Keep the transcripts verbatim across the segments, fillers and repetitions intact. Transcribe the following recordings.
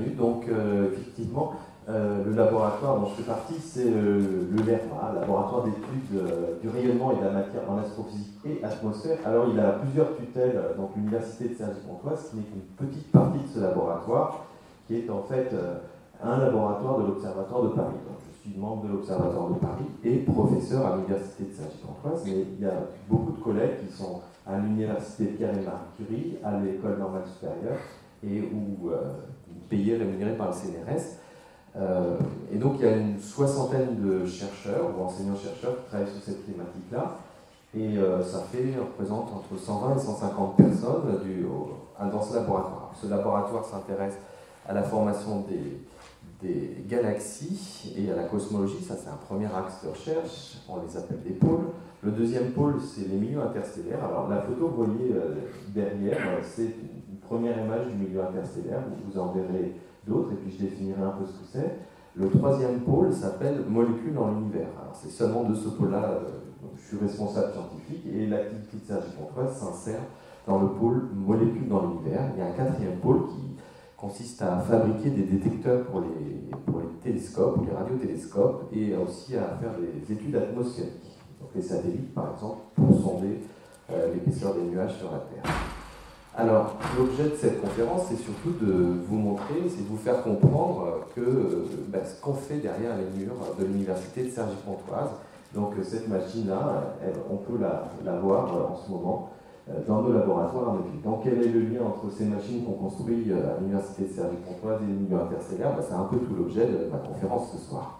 bienvenue. Donc, euh, effectivement, euh, le laboratoire dont je fais partie, c'est euh, le LERMA, Laboratoire d'études euh, du rayonnement et de la matière en astrophysique et atmosphère. Alors, il a plusieurs tutelles, donc l'Université de Cergy-Pontoise, qui n'est qu'une petite partie de ce laboratoire, qui est en fait euh, un laboratoire de l'Observatoire de Paris. Donc, je suis membre de l'Observatoire de Paris et professeur à l'Université de Cergy-Pontoise, mais il y a beaucoup de collègues qui sont à l'Université Pierre et Marie Curie, à l'École normale supérieure, et où euh, payés, rémunérés par le C N R S. Euh, et donc il y a une soixantaine de chercheurs ou enseignants-chercheurs qui travaillent sur cette thématique-là, et euh, ça fait, représente entre cent vingt et cent cinquante personnes du, au, dans ce laboratoire. Ce laboratoire s'intéresse à la formation des, des galaxies et à la cosmologie, ça c'est un premier axe de recherche, on les appelle des pôles. Le deuxième pôle, c'est les milieux interstellaires. Alors la photo que vous voyez euh, derrière, c'est une première image du milieu interstellaire, vous en verrez d'autres, et puis je définirai un peu ce que c'est. Le troisième pôle s'appelle molécules dans l'univers. Alors c'est seulement de ce pôle-là, euh, je suis responsable scientifique, et l'activité de Cergy-Pontoise s'insère dans le pôle molécules dans l'univers. Il y a un quatrième pôle qui consiste à fabriquer des détecteurs pour les, pour les télescopes, les radiotélescopes, et aussi à faire des études atmosphériques. Donc les satellites, par exemple, pour sonder euh, l'épaisseur des nuages sur la Terre. Alors, l'objet de cette conférence, c'est surtout de vous montrer, c'est de vous faire comprendre que euh, ben, ce qu'on fait derrière les murs de l'Université de Cergy-Pontoise. Donc cette machine-là, on peut la, la voir en ce moment dans nos laboratoires à Neuville. Donc quel est le lien entre ces machines qu'on construit à l'Université de Cergy-Pontoise et les milieux interstellaires? Ben, c'est un peu tout l'objet de ma conférence ce soir.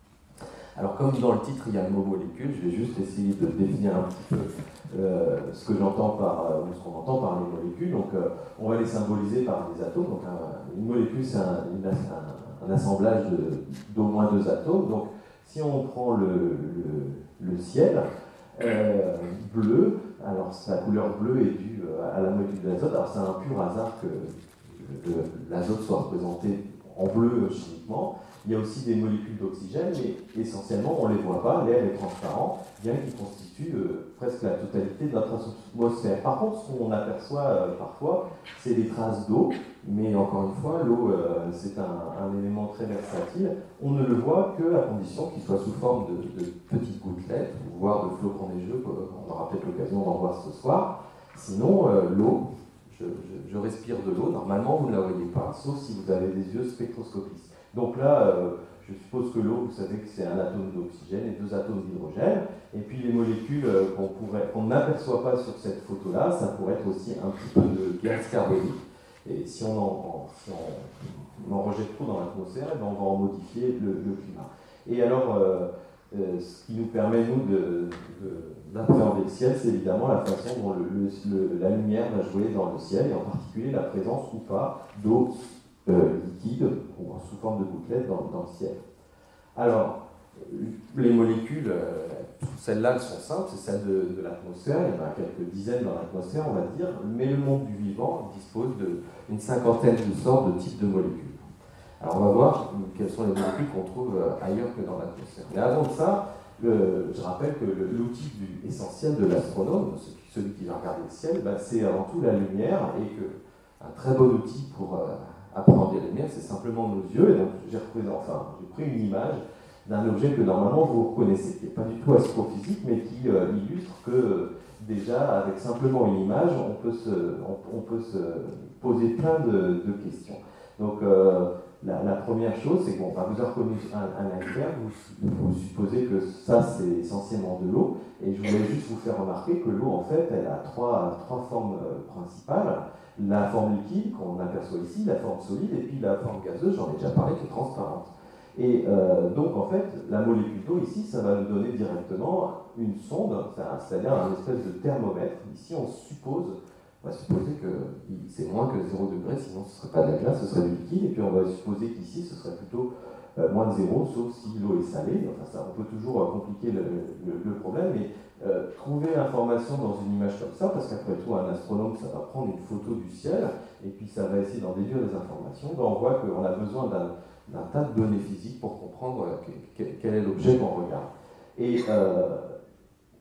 Alors comme dans le titre il y a le mot molécule, je vais juste essayer de définir un petit peu euh, ce que j'entends par, ou ce qu'on entend par les molécules. Donc euh, on va les symboliser par des atomes. Donc un, une molécule c'est un, un, un assemblage d'au moins deux atomes. Donc si on prend le, le, le ciel euh, bleu, alors la couleur bleue est due à la molécule de l'azote. Alors c'est un pur hasard que l'azote soit représenté en bleu chimiquement. Il y a aussi des molécules d'oxygène, mais essentiellement, on ne les voit pas, l'air est transparent, bien qu'il constitue euh, presque la totalité de notre atmosphère. Par contre, ce qu'on aperçoit euh, parfois, c'est des traces d'eau, mais encore une fois, l'eau, euh, c'est un, un élément très versatile. On ne le voit qu'à condition qu'il soit sous forme de, de petites gouttelettes, voire de flocons neigeux, on aura peut-être l'occasion d'en voir ce soir. Sinon, euh, l'eau, je, je, je respire de l'eau, normalement, vous ne la voyez pas, sauf si vous avez des yeux spectroscopistes. Donc là, euh, je suppose que l'eau, vous savez que c'est un atome d'oxygène et deux atomes d'hydrogène. Et puis les molécules euh, qu'on pourrait, qu'on n'aperçoit pas sur cette photo-là, ça pourrait être aussi un petit peu de gaz carbonique. Et si on en, si on, on en rejette trop dans l'atmosphère, on va en modifier le, le climat. Et alors, euh, euh, ce qui nous permet, nous, de, de, d'appréhender le ciel, c'est évidemment la façon dont le, le, le, la lumière va jouer dans le ciel, et en particulier la présence ou pas d'eau Euh, liquide ou sous forme de gouttelettes dans, dans le ciel. Alors, les molécules, euh, celles-là, elles sont simples, c'est celles de, de l'atmosphère, il y en a quelques dizaines dans l'atmosphère, on va dire, mais le monde du vivant dispose d'une cinquantaine de sortes de types de molécules. Alors, on va voir quelles sont les molécules qu'on trouve ailleurs que dans l'atmosphère. Mais avant de ça, le, je rappelle que l'outil essentiel de l'astronome, celui qui va regarder le ciel, ben, c'est avant tout la lumière, et qu'un très bon outil pour euh, apprendre les lumières, c'est simplement nos yeux. Et donc j'ai enfin, j'ai pris une image d'un objet que normalement vous reconnaissez, qui n'est pas du tout astrophysique, mais qui euh, illustre que euh, déjà avec simplement une image, on peut se, on, on peut se poser plein de, de questions. Donc euh, la, la première chose, c'est que bon, vous avez reconnu un, un iceberg, vous, vous supposez que ça c'est essentiellement de l'eau, et je voulais juste vous faire remarquer que l'eau en fait, elle a trois, trois formes principales. La forme liquide qu'on aperçoit ici, la forme solide, et puis la forme gazeuse, j'en ai déjà parlé, qui est transparente. Et euh, donc en fait, la molécule d'eau ici, ça va nous donner directement une sonde, c'est-à-dire un espèce de thermomètre. Ici, on suppose, on va supposer que c'est moins que zéro degré, sinon ce ne serait pas de la glace, ce serait du liquide, et puis on va supposer qu'ici, ce serait plutôt euh, moins de zéro, sauf si l'eau est salée. Enfin, ça, on peut toujours euh, compliquer le, le, le problème, mais Euh, trouver l'information dans une image comme ça, parce qu'après tout, un astronome, ça va prendre une photo du ciel, et puis ça va essayer d'en déduire des informations. Ben, on voit qu'on a besoin d'un tas de données physiques pour comprendre euh, que, quel est l'objet qu'on regarde. Et euh,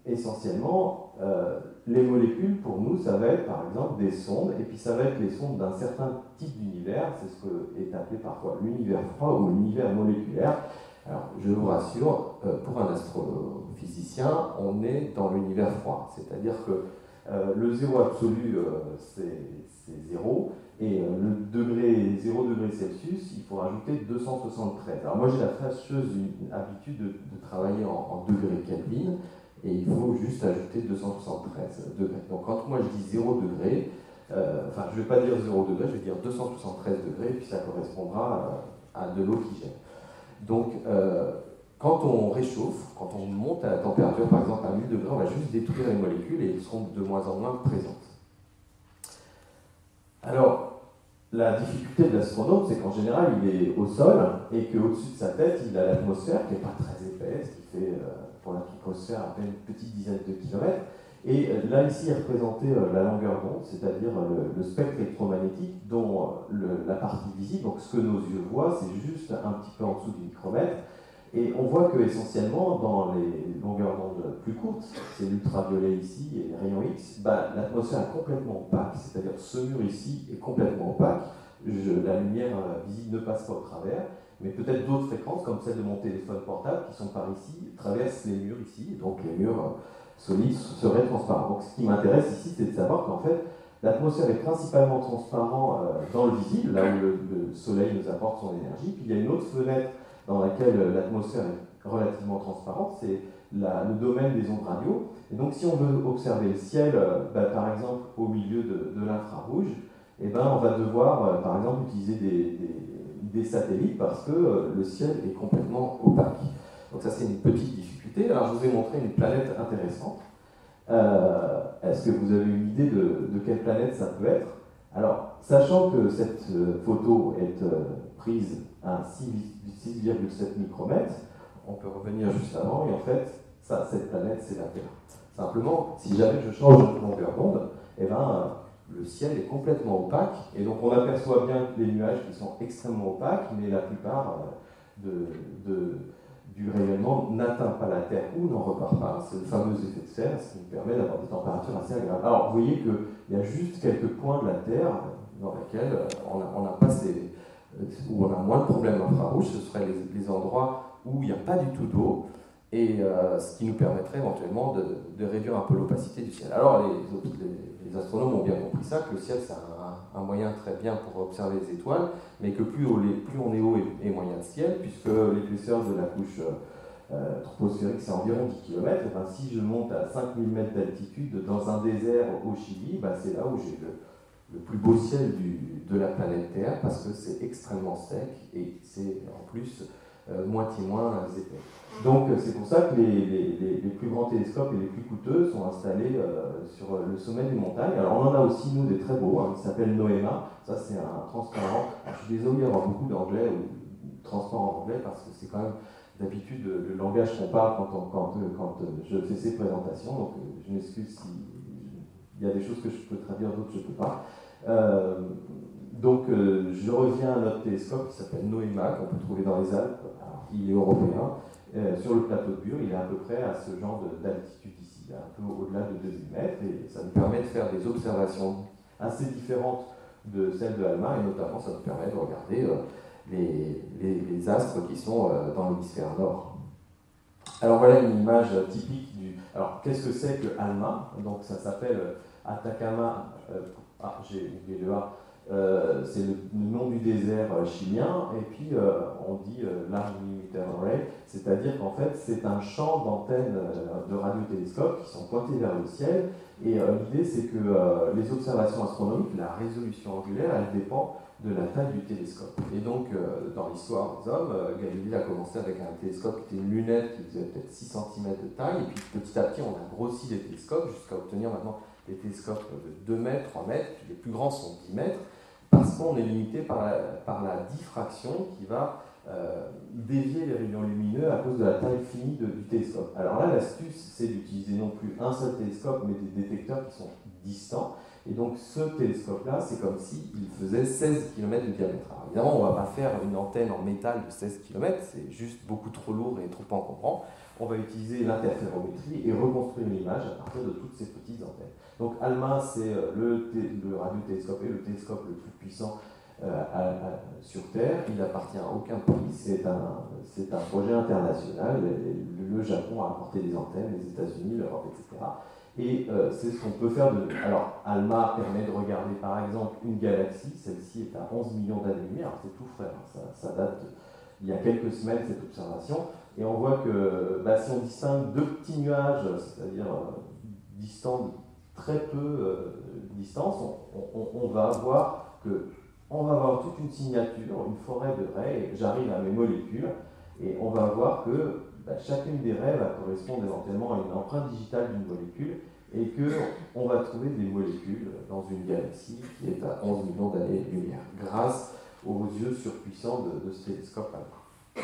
essentiellement, euh, les molécules, pour nous, ça va être par exemple des sondes, et puis ça va être les sondes d'un certain type d'univers, c'est ce qui est appelé parfois l'univers froid ou l'univers moléculaire. Alors, je vous rassure, euh, pour un astrophysicien, on est dans l'univers froid, c'est-à-dire que euh, le zéro absolu, euh, c'est zéro, et euh, le degré, zéro degré Celsius, il faut rajouter deux cent soixante-treize. Alors moi, j'ai la fâcheuse habitude de, de travailler en, en degrés Kelvin, et il faut juste ajouter deux cent soixante-treize degrés. Donc quand moi je dis zéro degré, euh, enfin je ne vais pas dire zéro degré, je vais dire deux cent soixante-treize degrés, et puis ça correspondra à de l'eau qui gèle. Donc euh, quand on réchauffe, quand on monte à la température, par exemple à mille degrés, on va juste détruire les molécules et elles seront de moins en moins présentes. Alors, la difficulté de l'astronome, c'est qu'en général, il est au sol et qu'au-dessus de sa tête, il a l'atmosphère qui n'est pas très épaisse, qui fait, euh, pour la microsphère, à peine une petite dizaine de kilomètres. Et euh, là, ici, est représentée euh, la longueur d'onde, c'est-à-dire euh, le, le spectre électromagnétique dont euh, le, la partie visible, donc ce que nos yeux voient, c'est juste un petit peu en dessous du micromètre. Et on voit que essentiellement dans les longueurs d'onde plus courtes, c'est l'ultraviolet ici et les rayons X, bah, l'atmosphère est complètement opaque, c'est-à-dire ce mur ici est complètement opaque, je, la lumière visible ne passe pas au travers, mais peut-être d'autres fréquences, comme celle de mon téléphone portable, qui sont par ici, traversent les murs ici, et donc les murs solides seraient transparents. Donc ce qui m'intéresse ici, c'est de savoir qu'en fait, l'atmosphère est principalement transparente euh, dans le visible, là où le, le soleil nous apporte son énergie, puis il y a une autre fenêtre dans laquelle l'atmosphère est relativement transparente, c'est le domaine des ondes radio. Et donc si on veut observer le ciel, bah, par exemple au milieu de, de l'infrarouge, eh ben, on va devoir, euh, par exemple, utiliser des, des, des satellites parce que euh, le ciel est complètement opaque. Donc ça, c'est une petite difficulté. Alors je vous ai montré une planète intéressante. Euh, Est-ce que vous avez une idée de, de quelle planète ça peut être? Alors, sachant que cette euh, photo est euh, prise à six virgule sept micromètres, on peut revenir juste avant, et en fait, ça, cette planète, c'est la Terre. Simplement, si jamais je change de longueur d'onde, eh ben, le ciel est complètement opaque, et donc on aperçoit bien les nuages qui sont extrêmement opaques, mais la plupart de, de, du rayonnement n'atteint pas la Terre ou n'en repart pas. C'est le fameux effet de serre, ce qui nous permet d'avoir des températures assez agréables. Alors, vous voyez qu'il y a juste quelques points de la Terre dans lesquels on n'a pas ces, où on a moins de problèmes infrarouges, ce seraient les, les endroits où il n'y a pas du tout d'eau, et euh, ce qui nous permettrait éventuellement de, de réduire un peu l'opacité du ciel. Alors les, les, les astronomes ont bien compris ça, que le ciel c'est un, un moyen très bien pour observer les étoiles, mais que plus, haut, plus on est haut et, et moins il y a de ciel, puisque l'épaisseur de la couche euh, troposphérique c'est environ dix kilomètres, et ben, si je monte à cinq mille mètres d'altitude dans un désert au Chili, ben, c'est là où j'ai le le plus beau ciel du, de la planète Terre, parce que c'est extrêmement sec et c'est en plus euh, moitié moins épais. Donc c'est pour ça que les, les, les, les plus grands télescopes et les plus coûteux sont installés euh, sur le sommet des montagnes. Alors on en a aussi nous des très beaux, hein, qui s'appellent Noema, ça c'est un transparent. Alors, je suis désolé d'avoir beaucoup d'anglais ou transparent en anglais parce que c'est quand même d'habitude le, le langage qu'on parle quand, on, quand, quand je fais ces présentations, donc je m'excuse si il y a des choses que je peux traduire, d'autres je ne peux pas. Euh, donc euh, je reviens à notre télescope qui s'appelle Noema, qu'on peut trouver dans les Alpes. Alors, il est européen, euh, sur le plateau de Bure, il est à peu près à ce genre d'altitude ici, un peu au-delà de deux mille mètres, et ça nous permet de faire des observations assez différentes de celles de ALMA, et notamment ça nous permet de regarder euh, les, les, les astres qui sont euh, dans l'hémisphère nord. Alors voilà une image typique du... Alors qu'est-ce que c'est que ALMA? Donc ça s'appelle Atacama, euh, ah j'ai oublié le A, euh, c'est le, le nom du désert euh, chilien, et puis euh, on dit euh, Large Millimeter Array, c'est-à-dire qu'en fait c'est un champ d'antennes euh, de radiotélescopes qui sont pointées vers le ciel, et euh, l'idée c'est que euh, les observations astronomiques, la résolution angulaire, elle dépend de la taille du télescope. Et donc, euh, dans l'histoire des hommes, euh, Galilée a commencé avec un télescope qui était une lunette qui faisait peut-être six centimètres de taille, et puis petit à petit, on a grossi les télescopes jusqu'à obtenir maintenant des télescopes de deux mètres, trois mètres, puis les plus grands sont dix mètres, parce qu'on est limité par la, par la diffraction qui va euh, dévier les rayons lumineux à cause de la taille finie de, du télescope. Alors là, l'astuce, c'est d'utiliser non plus un seul télescope, mais des détecteurs qui sont distants, Et donc ce télescope-là, c'est comme s'il faisait seize kilomètres de diamètre. Alors évidemment, on ne va pas faire une antenne en métal de seize kilomètres, c'est juste beaucoup trop lourd et trop encombrant. On va utiliser l'interférométrie et reconstruire l'image à partir de toutes ces petites antennes. Donc ALMA, c'est le, le radiotélescope et le télescope le plus puissant euh, à, à, sur Terre. Il n'appartient à aucun pays, c'est un, c'est un projet international. Le, le Japon a apporté des antennes, les États-Unis, l'Europe, et cetera. Et euh, c'est ce qu'on peut faire de... Alors, ALMA permet de regarder par exemple une galaxie, celle-ci est à onze millions d'années-lumière, c'est tout frais, hein. ça, ça date il y a quelques semaines cette observation, et on voit que bah, si on distingue deux petits nuages, c'est-à-dire euh, distants de très peu euh, de distance, on, on, on va voir que on va avoir toute une signature, une forêt de raies, et j'arrive à mes molécules, et on va voir que bah, chacune des raies va correspondre éventuellement à une empreinte digitale d'une molécule, et qu'on va trouver des molécules dans une galaxie qui est à onze millions d'années-lumière, grâce aux yeux surpuissants de, de ce télescope-là.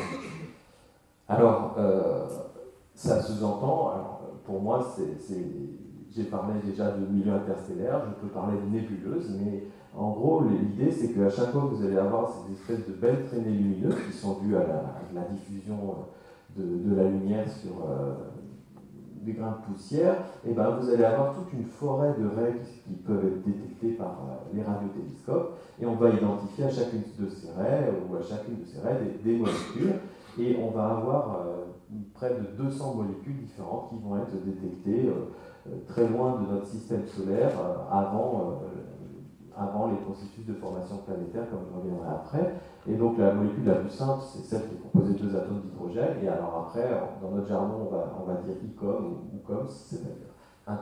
Alors, euh, ça se sous-entend, alors, pour moi, c'est, c'est, j'ai parlé déjà de milieu interstellaire, je peux parler de nébuleuse, mais en gros, l'idée, c'est qu'à chaque fois que vous allez avoir ces espèces de belles traînées lumineuses qui sont dues à la, à la diffusion de, de la lumière sur euh, des grains de poussière, et ben vous allez avoir toute une forêt de raies qui, qui peuvent être détectées par euh, les radiotélescopes, et on va identifier à chacune de ces raies, ou à chacune de ces raies, des, des molécules, et on va avoir euh, près de deux cents molécules différentes qui vont être détectées euh, très loin de notre système solaire euh, avant euh, avant les processus de formation planétaire, comme je reviendrai après. Et donc la molécule la plus simple, c'est celle qui est composée de deux atomes d'hydrogène, et alors après, dans notre jargon, on va, on va dire I C O M ou, ou COMS, c'est-à-dire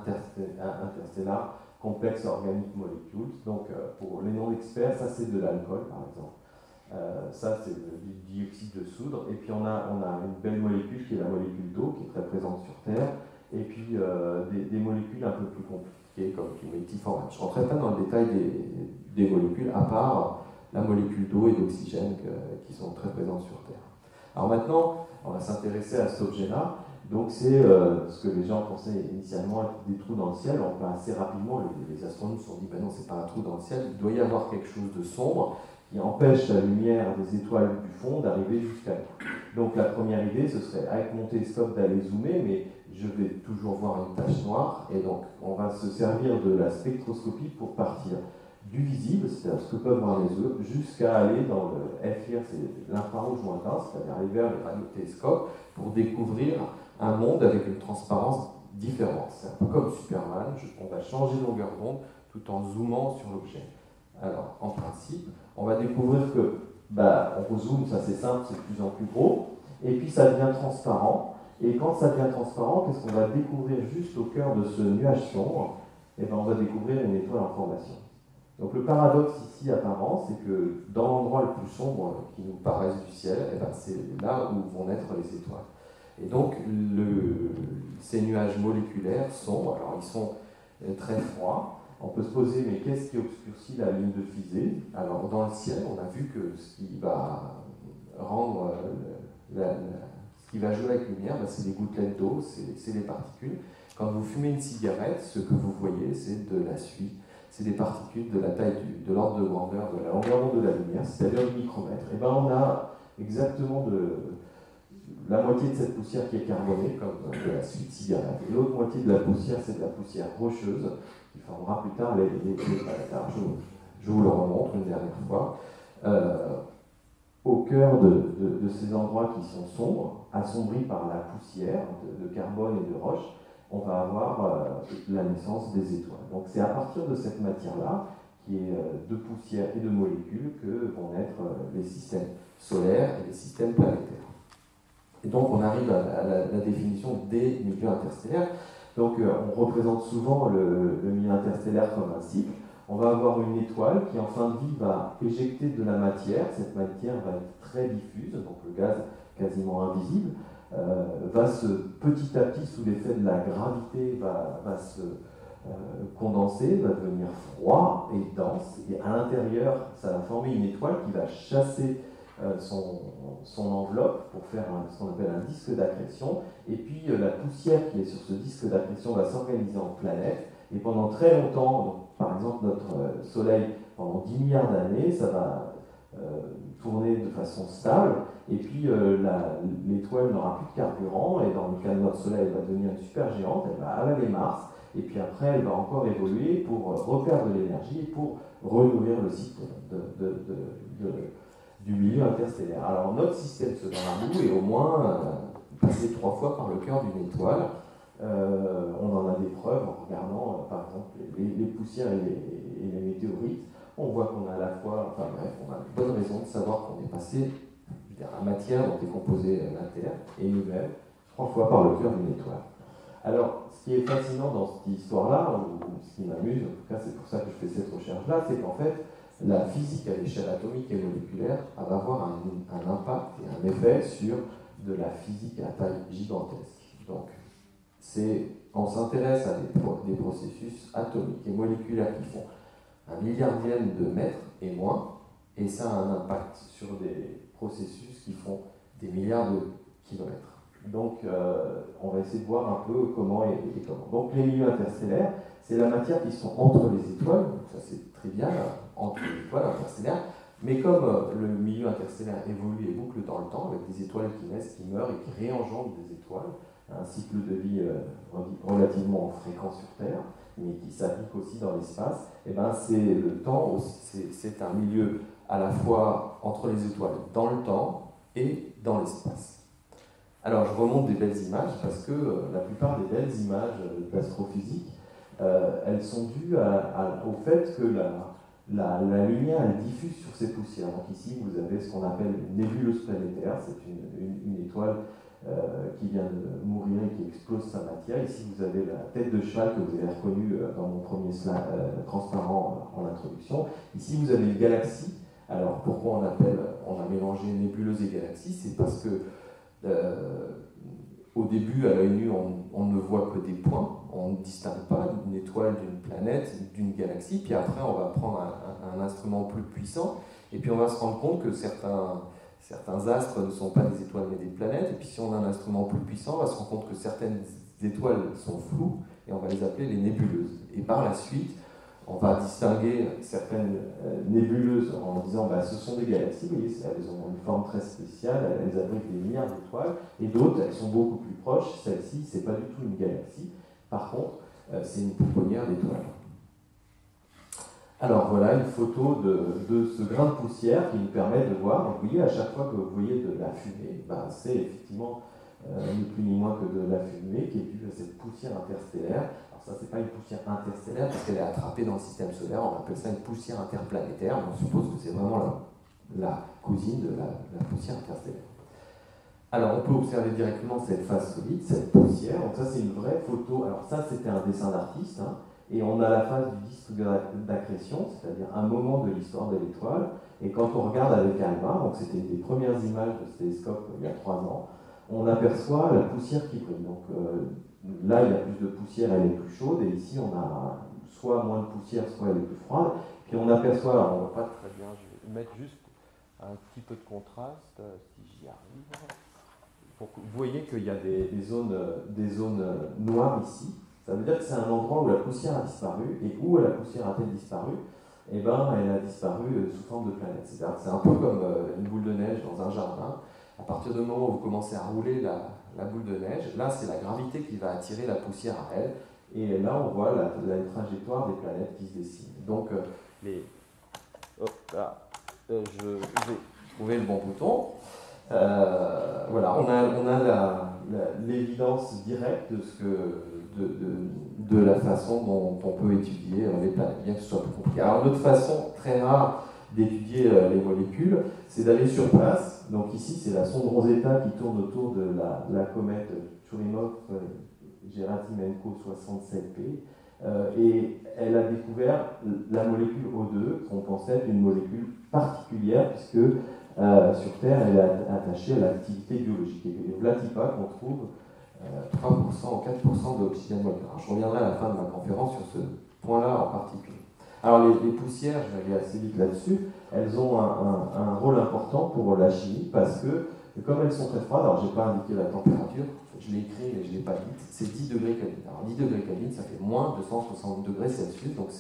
Interstellar Complex Organic Molecules. Donc euh, pour les non-experts, ça c'est de l'alcool par exemple. Euh, ça c'est du dioxyde de soudre, et puis on a, on a une belle molécule qui est la molécule d'eau, qui est très présente sur Terre, et puis euh, des, des molécules un peu plus compliquées, comme le méthylformate. Je ne rentrerai pas dans le détail des, des molécules, à part la molécule d'eau et d'oxygène que, qui sont très présentes sur Terre. Alors maintenant, on va s'intéresser à cet objet-là. Donc c'est euh, ce que les gens pensaient initialement être des trous dans le ciel. Enfin, assez rapidement, les, les astronomes se sont dit, ben non, c'est pas un trou dans le ciel, il doit y avoir quelque chose de sombre qui empêche la lumière des étoiles du fond d'arriver jusqu'à nous. Donc la première idée, ce serait avec mon télescope d'aller zoomer, mais je vais toujours voir une tache noire, et donc on va se servir de la spectroscopie pour partir du visible, c'est-à-dire ce que peuvent voir les yeux, jusqu'à aller dans le F I R, c'est l'infrarouge lointain, c'est-à-dire aller vers le radiotélescope pour découvrir un monde avec une transparence différente. C'est un peu comme Superman, on va changer de longueur d'onde tout en zoomant sur l'objet. Alors, en principe, on va découvrir que, bah, on zoome, ça c'est simple, c'est de plus en plus gros, et puis ça devient transparent, et quand ça devient transparent, qu'est-ce qu'on va découvrir juste au cœur de ce nuage sombre? Eh bien, on va découvrir une étoile en formation. Donc le paradoxe ici apparent, c'est que dans l'endroit le plus sombre qui nous paraisse du ciel, eh ben, c'est là où vont naître les étoiles. Et donc le, ces nuages moléculaires sombres, alors ils sont très froids. On peut se poser, mais qu'est-ce qui obscurcit la ligne de fusée? Alors dans le ciel, on a vu que ce qui va rendre la, la, ce qui va jouer avec la lumière, ben, c'est les gouttelettes d'eau, c'est les particules. Quand vous fumez une cigarette, ce que vous voyez, c'est de la suie. C'est des particules de la taille, du, de l'ordre de grandeur, de la longueur d'onde de la lumière, c'est-à-dire du micromètre. Et bien on a exactement de, la moitié de cette poussière qui est carbonée, comme de la suie de cigarette. Et l'autre moitié de la poussière, c'est de la poussière rocheuse, qui formera plus tard les, les, les planètes. Alors je, je vous le remontre une dernière fois. Euh, au cœur de, de, de ces endroits qui sont sombres, assombris par la poussière de, de carbone et de roche, on va avoir euh, la naissance des étoiles. Donc c'est à partir de cette matière-là, qui est euh, de poussière et de molécules, que vont naître euh, les systèmes solaires et les systèmes planétaires. Et donc on arrive à, à la, la définition des milieux interstellaires. Donc euh, on représente souvent le, le milieu interstellaire comme un cycle. On va avoir une étoile qui en fin de vie va éjecter de la matière. Cette matière va être très diffuse, donc le gaz quasiment invisible. Euh, va se, petit à petit, sous l'effet de la gravité, va, va se euh, condenser, va devenir froid et dense, et à l'intérieur, ça va former une étoile qui va chasser euh, son, son enveloppe pour faire un, ce qu'on appelle un disque d'accrétion, et puis euh, la poussière qui est sur ce disque d'accrétion va s'organiser en planète, et pendant très longtemps, donc, par exemple, notre euh, Soleil, pendant dix milliards d'années, ça va euh, tourner de façon stable, et puis euh, l'étoile n'aura plus de carburant, et dans le cas de notre Soleil, elle va devenir une supergéante, elle va avaler Mars, et puis après, elle va encore évoluer pour reperdre de l'énergie et pour renourrir le cycle de, de, de, de, du milieu interstellaire. Alors notre système solaire à nous est au moins euh, passé trois fois par le cœur d'une étoile. Euh, on en a des preuves en regardant, euh, par exemple, les, les poussières et les, et les météorites. On voit qu'on a à la fois, enfin bref, on a une bonne raison de savoir qu'on est passé, je veux dire, la matière dont est composée la Terre et nous-mêmes, trois fois par le cœur d'une étoile. Alors, ce qui est fascinant dans cette histoire-là, ou ce qui m'amuse, en tout cas c'est pour ça que je fais cette recherche-là, c'est qu'en fait, la physique à l'échelle atomique et moléculaire va avoir un, un impact et un effet sur de la physique à taille gigantesque. Donc, on s'intéresse à des, pro, des processus atomiques et moléculaires qui font un milliardième de mètres et moins, et ça a un impact sur des processus qui font des milliards de kilomètres. Donc, euh, on va essayer de voir un peu comment et, et comment. Donc, les milieux interstellaires, c'est la matière qui sont entre les étoiles, donc ça c'est trivial, entre les étoiles interstellaires, mais comme euh, le milieu interstellaire évolue et boucle dans le temps, avec des étoiles qui naissent, qui meurent et qui réengendrent des étoiles, un cycle de vie euh, relativement fréquent sur Terre, mais qui s'applique aussi dans l'espace, et ben c'est le temps, c'est un milieu à la fois entre les étoiles, dans le temps et dans l'espace. Alors je remonte des belles images parce que euh, la plupart des belles images d'astrophysique, euh, elles sont dues à, à, au fait que la, la, la lumière elle diffuse sur ces poussières. Donc ici vous avez ce qu'on appelle une nébuleuse planétaire, c'est une, une, une étoile euh, qui vient de mourir et qui explose sa matière. Ici vous avez la tête de cheval que vous avez reconnue dans mon premier slide euh, transparent en introduction. Ici vous avez une galaxie. Alors pourquoi on appelle, on a mélangé nébuleuse et galaxie, c'est parce que Euh, au début, à l'œil nu, on, on ne voit que des points, on ne distingue pas une étoile d'une planète, d'une galaxie, puis après on va prendre un, un, un instrument plus puissant, et puis on va se rendre compte que certains, certains astres ne sont pas des étoiles mais des planètes, et puis si on a un instrument plus puissant, on va se rendre compte que certaines étoiles sont floues, et on va les appeler les nébuleuses. Et par la suite, on va distinguer certaines euh, nébuleuses en disant bah, ce sont des galaxies, vous voyez, elles ont une forme très spéciale, elles abritent des milliards d'étoiles, et d'autres, elles sont beaucoup plus proches. Celle-ci, c'est pas du tout une galaxie, par contre, euh, c'est une pouponnière d'étoiles. Alors voilà une photo de, de ce grain de poussière qui nous permet de voir, donc, vous voyez, à chaque fois que vous voyez de la fumée, bah, c'est effectivement euh, ni plus ni moins que de la fumée qui est due à cette poussière interstellaire. Ça, c'est pas une poussière interstellaire parce qu'elle est attrapée dans le système solaire, on appelle ça une poussière interplanétaire, on suppose que c'est vraiment la, la cousine de la, la poussière interstellaire. Alors, on peut observer directement cette phase solide, cette poussière, donc ça c'est une vraie photo, alors ça c'était un dessin d'artiste, hein, et on a la phase du disque d'accrétion, c'est-à-dire un moment de l'histoire de l'étoile, et quand on regarde avec ALMA, donc c'était des premières images de ce télescope il y a trois ans, on aperçoit la poussière qui brille. Donc, euh, là, il y a plus de poussière, elle est plus chaude, et ici, on a soit moins de poussière, soit elle est plus froide. Puis on aperçoit, alors on ne voit pas très bien, je vais mettre juste un petit peu de contraste, si j'y arrive. Pour que vous voyez qu'il y a des, des, zones, des zones noires ici. Ça veut dire que c'est un endroit où la poussière a disparu, et où la poussière a-t-elle disparu? Eh bien, elle a disparu sous forme de planète. C'est-à-dire que c'est un peu comme une boule de neige dans un jardin. À partir du moment où vous commencez à rouler la, la boule de neige, là c'est la gravité qui va attirer la poussière à elle, et là on voit la, la trajectoire des planètes qui se dessinent. Donc, euh, les... Hop, là, euh, je vais trouver le bon bouton. Euh, voilà, on a, on a l'évidence directe de, ce que, de, de, de la façon dont on peut étudier les planètes, bien que ce soit plus compliqué. Alors, une autre façon très rare d'étudier les molécules, c'est d'aller sur place. Donc ici, c'est la sonde Rosetta qui tourne autour de la, la comète Churyumov-Gerasimenko soixante-sept P, euh, et elle a découvert la molécule O deux, qu'on pensait être une molécule particulière, puisque euh, sur Terre, elle est attachée à l'activité biologique. Et voilà pas qu'on trouve euh, trois pour cent ou quatre pour cent d'oxygène moléculaire. Je reviendrai à la fin de ma conférence sur ce point-là en particulier. Alors les, les poussières, je vais aller assez vite là-dessus, elles ont un, un, un rôle important pour la chimie parce que, comme elles sont très froides, alors je n'ai pas indiqué la température, je l'ai écrit mais je ne l'ai pas dit, c'est dix degrés Kelvin. Alors dix degrés Kelvin, ça fait moins de cent soixante degrés Celsius, donc c'est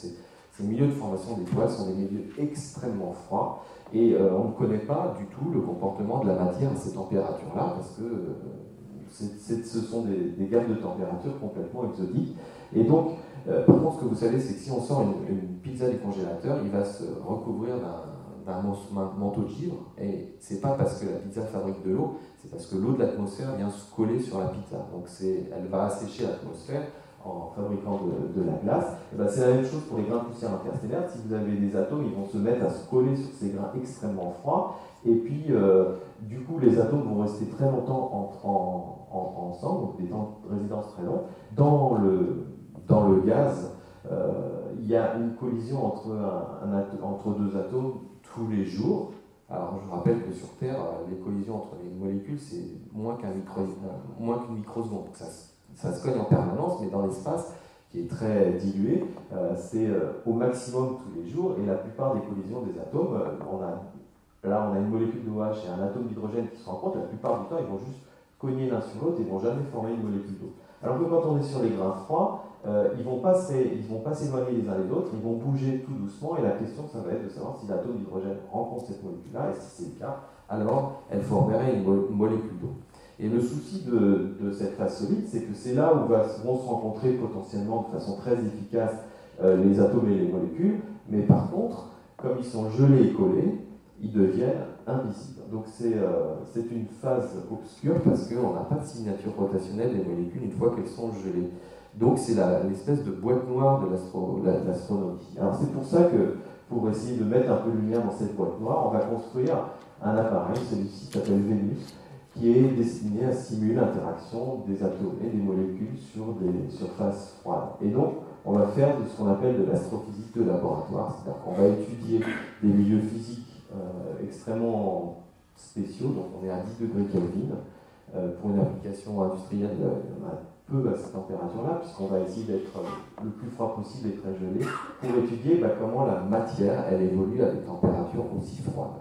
Ces milieux de formation d'étoiles sont des milieux extrêmement froids et euh, on ne connaît pas du tout le comportement de la matière à ces températures-là parce que euh, c'est, c'est, ce sont des, des gammes de températures complètement exotiques. Et donc, euh, par contre, ce que vous savez, c'est que si on sort une, une pizza du congélateur, il va se recouvrir d'un, d'un manteau de givre. Et c'est pas parce que la pizza fabrique de l'eau, c'est parce que l'eau de l'atmosphère vient se coller sur la pizza. Donc c'est, elle va assécher l'atmosphère en fabriquant de, de la glace. Et ben c'est la même chose pour les grains de poussière interstellaire. Si vous avez des atomes, ils vont se mettre à se coller sur ces grains extrêmement froids. Et puis, euh, du coup, les atomes vont rester très longtemps entre, en, en, ensemble, donc des temps de résidence très longs. Dans le, dans le gaz, euh, il y a une collision entre, un, un ato- entre deux atomes tous les jours. Alors, je vous rappelle que sur Terre, les collisions entre les molécules, c'est moins qu'un micro, euh, moins qu'une microseconde. Donc ça, ça se cogne en permanence, mais dans l'espace, qui est très dilué, euh, c'est euh, au maximum tous les jours. Et la plupart des collisions des atomes, euh, on a Là, on a une molécule d'OH et un atome d'hydrogène qui se rencontrent. La plupart du temps, ils vont juste cogner l'un sur l'autre et ne vont jamais former une molécule d'eau. Alors que quand on est sur les grains froids, euh, ils ne vont pas s'éloigner les uns des autres, ils vont bouger tout doucement. Et la question, ça va être de savoir si l'atome d'hydrogène rencontre cette molécule-là. Et si c'est le cas, alors elle formerait une, mo- une molécule d'eau. Et le souci de, de cette phase solide, c'est que c'est là où va, vont se rencontrer potentiellement de façon très efficace euh, les atomes et les molécules. Mais par contre, comme ils sont gelés et collés, ils deviennent invisibles. Donc c'est euh, c'est une phase obscure parce qu'on n'a pas de signature rotationnelle des molécules une fois qu'elles sont gelées. Donc c'est l'espèce de boîte noire de l'astronomie. Alors c'est pour ça que, pour essayer de mettre un peu de lumière dans cette boîte noire, on va construire un appareil, celui-ci s'appelle Vénus, qui est destiné à simuler l'interaction des atomes et des molécules sur des surfaces froides. Et donc, on va faire de ce qu'on appelle de l'astrophysique de laboratoire, c'est-à-dire qu'on va étudier des milieux physiques Euh, extrêmement spéciaux, donc on est à dix degrés Kelvin. Euh, pour une application industrielle, il y en a peu à cette température-là, puisqu'on va essayer d'être le plus froid possible et très gelé, pour étudier bah, comment la matière elle évolue à des températures aussi froides.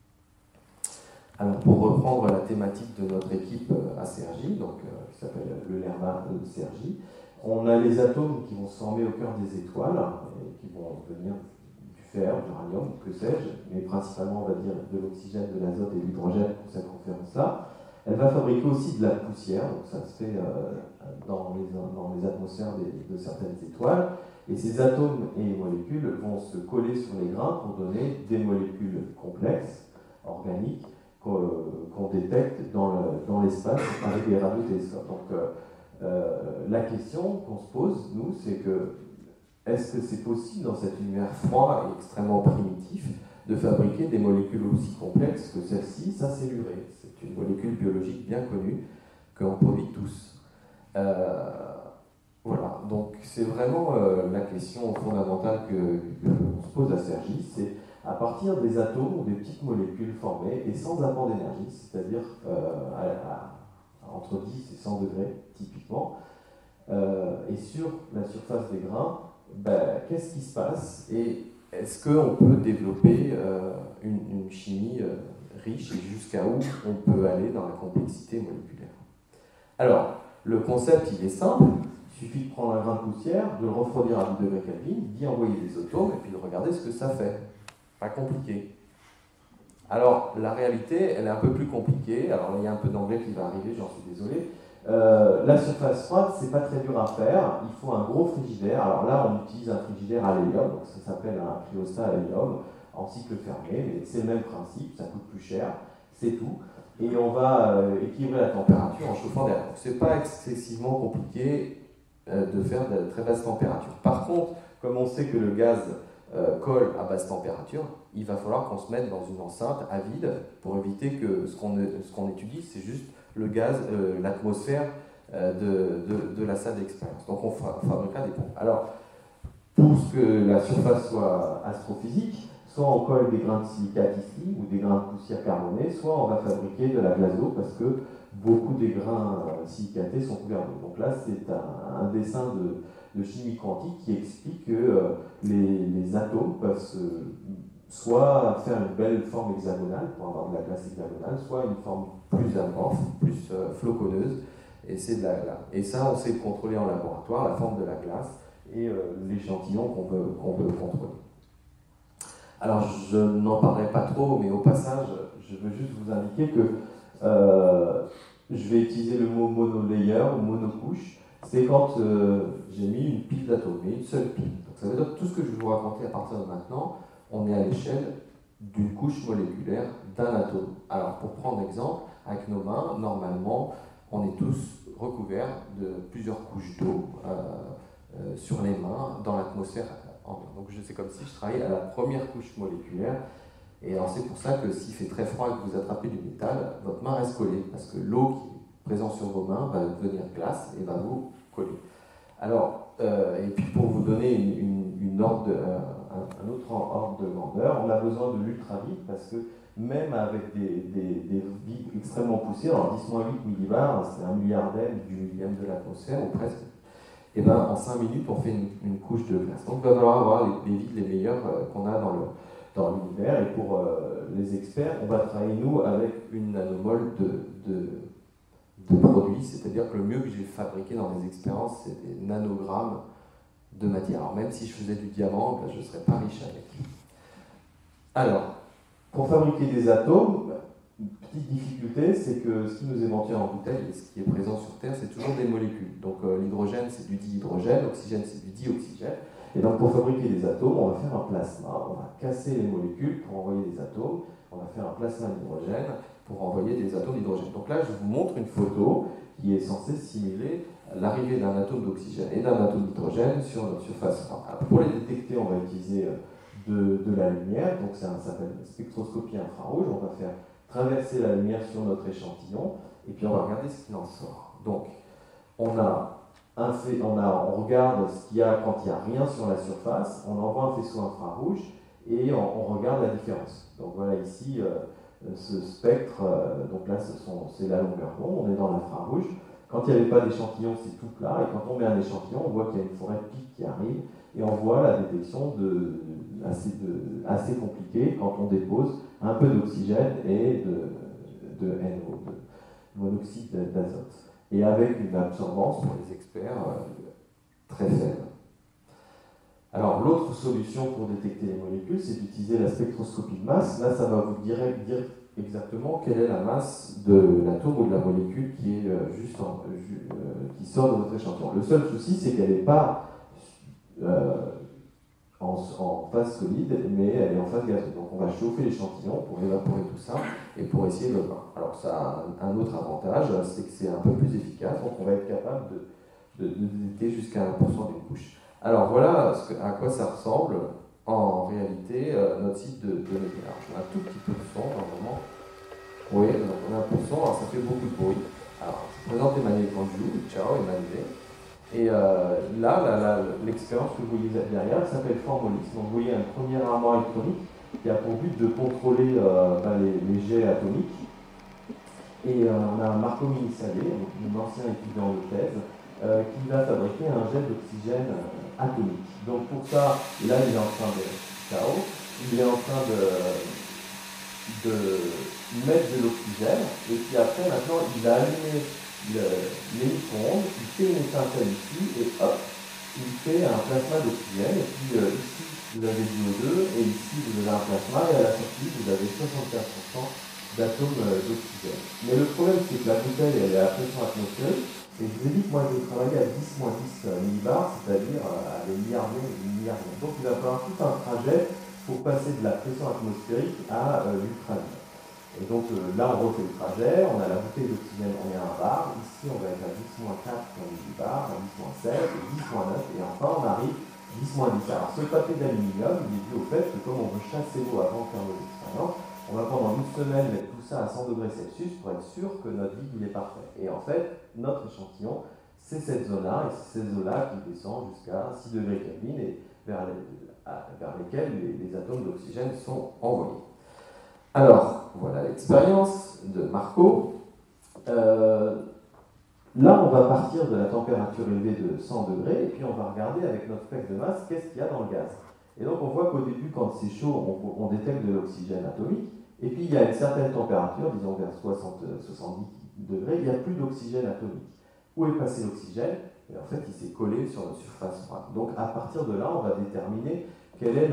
Alors pour reprendre la thématique de notre équipe à C R J, donc, euh, qui s'appelle le LERMA de C R J, on a les atomes qui vont se former au cœur des étoiles, et qui vont devenir fer, d'uranium, que sais-je, mais principalement, on va dire, de l'oxygène, de l'azote et de l'hydrogène pour cette conférence-là. Elle va fabriquer aussi de la poussière, donc ça se fait euh, dans, les, dans les atmosphères des, de certaines étoiles, et ces atomes et molécules vont se coller sur les grains pour donner des molécules complexes, organiques, qu'on qu'on détecte dans l'espace le, avec des radiotélescopes. Donc euh, euh, la question qu'on se pose, nous, c'est que est-ce que c'est possible, dans cet univers froid et extrêmement primitif, de fabriquer des molécules aussi complexes que celle-ci? Ça, c'est l'urée. C'est une molécule biologique bien connue qu'on produit tous. Euh, voilà, donc c'est vraiment euh, la question fondamentale qu'on se pose à C R J, c'est à partir des atomes ou des petites molécules formées et sans apport d'énergie, c'est-à-dire euh, à, à, entre dix et cent degrés, typiquement, euh, et sur la surface des grains, ben, qu'est-ce qui se passe et est-ce qu'on peut développer euh, une, une chimie euh, riche et jusqu'à où on peut aller dans la complexité moléculaire? Alors, le concept, il est simple. Il suffit de prendre un grain de poussière, de le refroidir à dix degrés Kelvin, d'y envoyer des atomes et puis de regarder ce que ça fait. Pas compliqué. Alors, la réalité, elle est un peu plus compliquée. Alors, il y a un peu d'anglais qui va arriver, j'en suis désolé. Euh, la surface froide, c'est pas très dur à faire. Il faut un gros frigidaire. Alors là, on utilise un frigidaire à l'hélium, donc ça s'appelle un cryostat à l'hélium en cycle fermé, mais c'est le même principe, ça coûte plus cher, c'est tout. Et on va euh, équilibrer la température en chauffant d'air. Donc c'est pas excessivement compliqué euh, de faire de très basses températures. Par contre, comme on sait que le gaz euh, colle à basse température, il va falloir qu'on se mette dans une enceinte à vide pour éviter que ce qu'on ce qu'on étudie, c'est juste le gaz, euh, l'atmosphère euh, de, de, de la salle d'expérience. Donc on fabriquera des pompes. Alors, pour que la surface soit astrophysique, soit on colle des grains de silicate ici, ou des grains de poussière carbonée, soit on va fabriquer de la glazo, parce que beaucoup des grains euh, silicatés sont couverts d'eau. Donc là, c'est un, un dessin de, de chimie quantique qui explique que euh, les, les atomes peuvent se soit faire une belle forme hexagonale pour avoir de la glace hexagonale, soit une forme plus amorphe, plus euh, floconneuse, et, c'est de la, la, et ça on sait le contrôler en laboratoire, la forme de la glace, et euh, l'échantillon qu'on veut, qu'on veut contrôler. Alors, je n'en parlerai pas trop, mais au passage, je veux juste vous indiquer que euh, je vais utiliser le mot monolayer ou monocouche. C'est quand euh, j'ai mis une pile d'atomes, mais une seule pile. Donc, ça veut dire que tout ce que je vais vous raconter à partir de maintenant, on est à l'échelle d'une couche moléculaire d'un atome. Alors, pour prendre l'exemple, avec nos mains, normalement, on est tous recouverts de plusieurs couches d'eau euh, euh, sur les mains, dans l'atmosphère. Donc, c'est comme si je travaillais à la première couche moléculaire. Et alors, c'est pour ça que s'il fait très froid et que vous attrapez du métal, votre main reste collée, parce que l'eau qui est présente sur vos mains va devenir glace et va vous coller. Alors, euh, et puis pour vous donner une, une, une ordre de, euh, un, un autre ordre de grandeur, on a besoin de l'ultravide, parce que même avec des, des, des vides extrêmement poussés, alors dix moins huit millibars, c'est un milliardaire du millième de l'atmosphère, ou presque, et ben en cinq minutes, on fait une, une couche de glace. Donc il va falloir avoir les, les vides les meilleurs euh, qu'on a dans le dans l'univers, et pour euh, les experts, on va travailler, nous, avec une nanomole de, de, de produits, c'est-à-dire que le mieux que j'ai fabriqué dans mes expériences, c'est des nanogrammes de matière. Alors même si je faisais du diamant, ben, je ne serais pas riche avec. Alors, pour fabriquer des atomes, petite difficulté, c'est que ce qui nous est vendu en bouteille, et ce qui est présent sur Terre, c'est toujours des molécules. Donc euh, l'hydrogène, c'est du dihydrogène, l'oxygène, c'est du dioxygène. Et donc pour fabriquer des atomes, on va faire un plasma, on va casser les molécules pour envoyer des atomes, on va faire un plasma d'hydrogène pour envoyer des atomes d'hydrogène. Donc là, je vous montre une photo qui est censée simuler l'arrivée d'un atome d'oxygène et d'un atome d'hydrogène sur notre surface. Alors, pour les détecter, on va utiliser de, de la lumière, donc ça s'appelle spectroscopie infrarouge, on va faire traverser la lumière sur notre échantillon, et puis on va regarder ce qu'il en sort. Donc, on a Un fait, on, a, on regarde ce qu'il y a quand il n'y a rien sur la surface, on envoie un faisceau infrarouge et on, on regarde la différence. Donc voilà ici euh, ce spectre, euh, donc là c'est la longueur d'onde, on est dans l'infrarouge. Quand il n'y avait pas d'échantillon, c'est tout plat, et quand on met un échantillon, on voit qu'il y a une forêt de pics qui arrive, et on voit la détection de, assez, de, assez compliquée quand on dépose un peu d'oxygène et de, de N O, de monoxyde d'azote, et avec une absorbance pour les experts euh, très faible. Alors l'autre solution pour détecter les molécules, c'est d'utiliser la spectroscopie de masse. Là, ça va vous dire, dire exactement quelle est la masse de l'atome ou de la molécule qui est euh, juste en, euh, qui sort de votre échantillon. Le seul souci, c'est qu'elle n'est pas euh, en, en phase solide, mais elle est en phase gazeuse. Donc on va chauffer l'échantillon pour évaporer tout ça et pour essayer de le voir. Alors ça a un, un autre avantage, c'est que c'est un peu plus efficace, donc on va être capable de, de, de détecter jusqu'à un pour cent d'une couche. Alors voilà ce que, à quoi ça ressemble en réalité euh, notre site de données. Alors on a un tout petit peu de son normalement. Oui, donc on a un peu de son, alors ça fait beaucoup de bruit. Alors je vous présente Emmanuel Canjou, ciao Emmanuel. Et euh, là, l'expérience que vous voyez derrière s'appelle Formolis. Donc vous voyez un premier armoire électronique qui a pour but de contrôler euh, ben, les, les jets atomiques. Et euh, on a Marco Minisalé, un ancien étudiant de thèse, euh, qui va fabriquer un jet d'oxygène euh, atomique. Donc pour ça, là il est en train de ciao, il est en train de, de mettre de l'oxygène, et puis après maintenant il a allumé le, les micro-ondes, il fait une étincelle ici, et hop, il fait un plasma d'oxygène, et puis euh, ici vous avez du O deux, et ici vous avez un plasma, et à la sortie vous avez soixante-quinze pour cent d'atomes d'oxygène. Mais le problème c'est que la bouteille elle est à pression atmosphérique, et je vous ai dit que moi je travaillais à dix moins dix millibars, c'est-à-dire à des milliardiers et des milliardiers. Donc il va falloir tout un trajet pour passer de la pression atmosphérique à euh, l'ultravide. Et donc euh, là, on refait le trajet, on a la bouteille d'oxygène, on est à un bar, ici on va être à dix moins quatre millibars, à dix moins sept, dix moins neuf, et enfin on arrive dix moins dix. Alors ce papier d'aluminium, il est dû au fait que comme on veut chasser l'eau avant de faire nos expériences, on va pendant une semaine mettre tout ça à cent degrés Celsius pour être sûr que notre vide il est parfait. Et en fait, notre échantillon, c'est cette zone-là, et c'est cette zone-là qui descend jusqu'à six degrés Kelvin, et vers, les, vers lesquels les, les atomes d'oxygène sont envoyés. Alors, voilà l'expérience de Marco. Euh, là, on va partir de la température élevée de cent degrés, et puis on va regarder avec notre spectre de masse qu'est-ce qu'il y a dans le gaz. Et donc on voit qu'au début, quand c'est chaud, on, on détecte de l'oxygène atomique, et puis il y a une certaine température, disons vers soixante à soixante-dix degrés, il n'y a plus d'oxygène atomique. où est passé l'oxygène, et en fait il s'est collé sur notre surface froide. Donc à partir de là, on va déterminer quelle est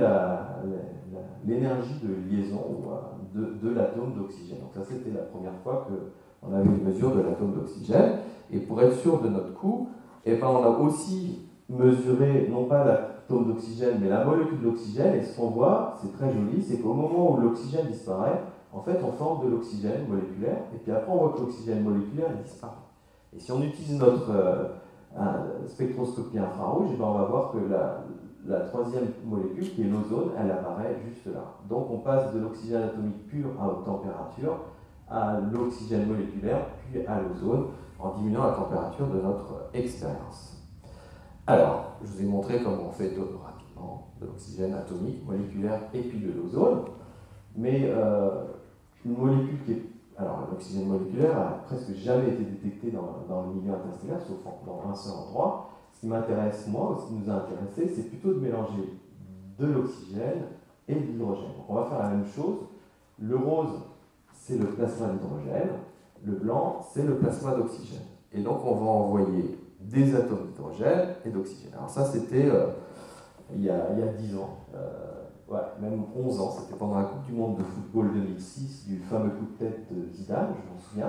l'énergie de liaison de, de l'atome d'oxygène. Donc ça c'était la première fois qu'on avait une mesure de l'atome d'oxygène, et pour être sûr de notre coup, eh ben, on a aussi mesuré non pas l'atome d'oxygène, mais la molécule d'oxygène, et ce qu'on voit, c'est très joli, c'est qu'au moment où l'oxygène disparaît, en fait on forme de l'oxygène moléculaire, et puis après on voit que l'oxygène moléculaire il disparaît. Et si on utilise notre euh, spectroscopie infrarouge, eh ben, on va voir que la, la troisième molécule, qui est l'ozone, elle apparaît juste là. Donc on passe de l'oxygène atomique pur à haute température à l'oxygène moléculaire, puis à l'ozone, en diminuant la température de notre expérience. Alors, je vous ai montré comment on fait rapidement de l'oxygène atomique, moléculaire et puis de l'ozone, mais euh, une molécule qui est... Alors, l'oxygène moléculaire n'a presque jamais été détecté dans, dans le milieu interstellaire, sauf dans un seul endroit. Ce qui m'intéresse, moi, ce qui nous a intéressé, c'est plutôt de mélanger de l'oxygène et de l'hydrogène. Donc, on va faire la même chose. Le rose, c'est le plasma d'hydrogène. Le blanc, c'est le plasma d'oxygène. Et donc, on va envoyer des atomes d'hydrogène et d'oxygène. Alors ça, c'était euh, il, y a, il y a dix ans, euh, ouais, même onze ans. C'était pendant la Coupe du Monde de football deux mille six, du fameux coup de tête de Zidane, je m'en souviens.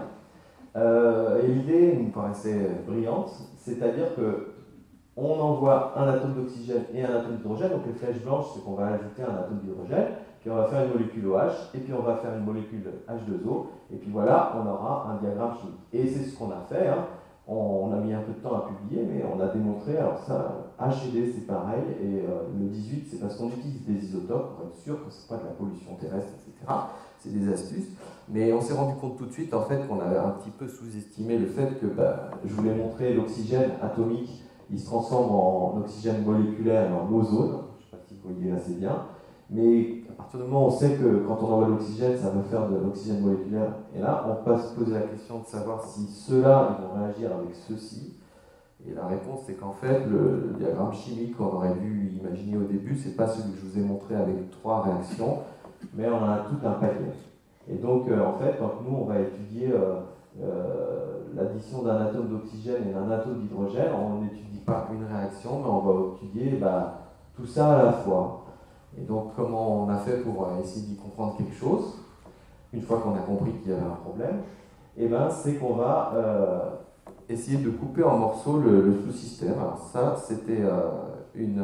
Euh, et l'idée me paraissait brillante, c'est-à-dire que on envoie un atome d'oxygène et un atome d'hydrogène. Donc les flèches blanches, c'est qu'on va ajouter un atome d'hydrogène, puis on va faire une molécule O H, et puis on va faire une molécule H deux O, et puis voilà, on aura un diagramme chimique. Et c'est ce qu'on a fait, hein. on, on a mis un peu de temps à publier, mais on a démontré, alors ça, H et D c'est pareil, et euh, le dix-huit c'est parce qu'on utilise des isotopes pour être sûr que ce n'est pas de la pollution terrestre, et cetera. C'est des astuces, mais on s'est rendu compte tout de suite en fait qu'on avait un petit peu sous-estimé le fait que, bah, je voulais montrer l'oxygène atomique, il se transforme en oxygène moléculaire et en ozone, je ne sais pas si vous voyez assez bien, mais à partir du moment où on sait que quand on envoie l'oxygène, ça va faire de l'oxygène moléculaire, et là, on peut se poser la question de savoir si ceux-là, ils vont réagir avec ceux-ci, et la réponse, c'est qu'en fait, le, le diagramme chimique qu'on aurait dû imaginer au début, c'est pas celui que je vous ai montré avec trois réactions, mais on en a tout un paquet. Et donc, euh, en fait, quand nous, on va étudier euh, euh, l'addition d'un atome d'oxygène et d'un atome d'hydrogène, on n'étudie pas une réaction, mais on va étudier bah, tout ça à la fois. Et donc, comment on a fait pour essayer d'y comprendre quelque chose, une fois qu'on a compris qu'il y avait un problème, eh ben, c'est qu'on va euh, essayer de couper en morceaux le, le sous-système. Alors ça, c'était euh, une,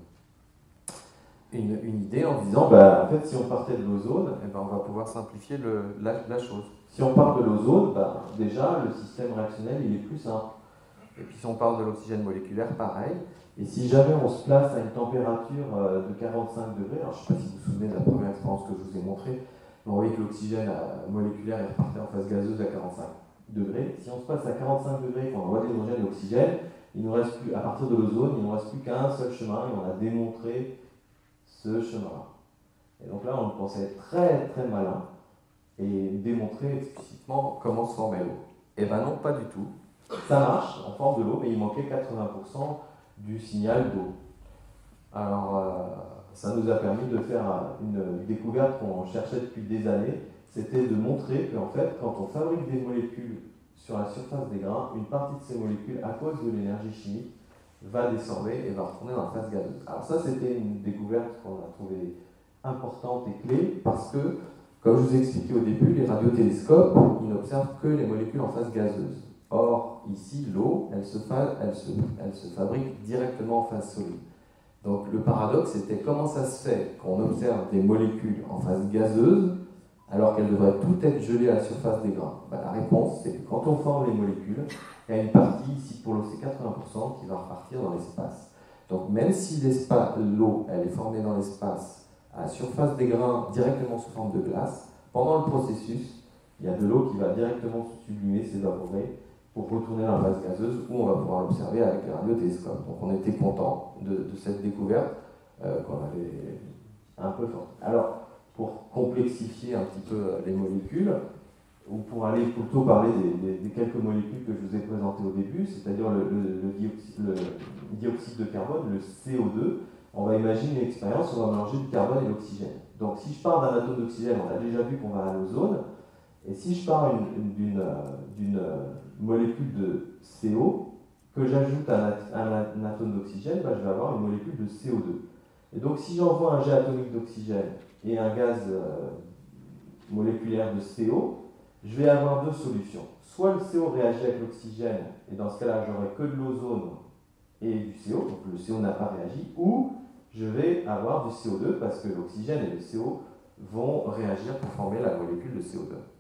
une, une idée en disant, bah, en fait, si on partait de l'ozone, eh ben, on va pouvoir simplifier le, la, la chose. Si on part de l'ozone, bah, déjà, le système réactionnel, il est plus simple. Et puis si on parle de l'oxygène moléculaire, pareil. Et si jamais on se place à une température de quarante-cinq degrés, alors je ne sais pas si vous vous souvenez de la première expérience que je vous ai montrée, on voyait que l'oxygène moléculaire est repartait en phase gazeuse à quarante-cinq degrés. Si on se passe à quarante-cinq degrés, qu'on envoie de l'hydrogène et de l'oxygène, il nous reste plus, à partir de l'ozone, il ne nous reste plus qu'un seul chemin, et on a démontré ce chemin-là. Et donc là, on pensait être très très malin et démontrer explicitement comment se formait l'eau. Eh bien non, pas du tout. Ça marche, on forme de l'eau, mais il manquait quatre-vingts pour cent du signal d'eau. Alors, euh, ça nous a permis de faire une découverte qu'on cherchait depuis des années, c'était de montrer qu'en fait, quand on fabrique des molécules sur la surface des grains, une partie de ces molécules, à cause de l'énergie chimique, va descendre et va retourner dans la phase gazeuse. Alors ça, c'était une découverte qu'on a trouvée importante et clé, parce que, comme je vous ai expliqué au début, les radiotélescopes, ils n'observent que les molécules en phase gazeuse. Or, ici, l'eau, elle, elle, elle se fabrique directement en phase solide. Donc le paradoxe, c'était comment ça se fait qu'on observe des molécules en phase gazeuse alors qu'elles devraient toutes être gelées à la surface des grains. Ben, la réponse, c'est que quand on forme les molécules, il y a une partie, ici pour l'eau c'est quatre-vingts pour cent, qui va repartir dans l'espace. Donc même si l'eau elle est formée dans l'espace à la surface des grains directement sous forme de glace, pendant le processus, il y a de l'eau qui va directement se sublimer, s'évaporer, pour retourner dans la phase gazeuse où on va pouvoir l'observer avec les radiotélescopes. Donc on était content de, de cette découverte euh, qu'on avait un peu forte. Alors, pour complexifier un petit peu les molécules, ou pour aller plutôt parler des, des, des quelques molécules que je vous ai présentées au début, c'est-à-dire le, le, le, dioxyde, le dioxyde de carbone, le C O deux, on va imaginer une expérience où on va mélanger du carbone et de l'oxygène. Donc si je pars d'un atome d'oxygène, on a déjà vu qu'on va à l'ozone, Et si je pars d'une molécule de C O, que j'ajoute un, un, un atome d'oxygène, bah, je vais avoir une molécule de C O deux. Et donc si j'envoie un jet atomique d'oxygène et un gaz euh, moléculaire de C O, je vais avoir deux solutions. Soit le C O réagit avec l'oxygène, et dans ce cas-là, j'aurai que de l'ozone et du C O, donc le C O n'a pas réagi, ou je vais avoir du C O deux parce que l'oxygène et le C O vont réagir pour former la molécule de C O deux.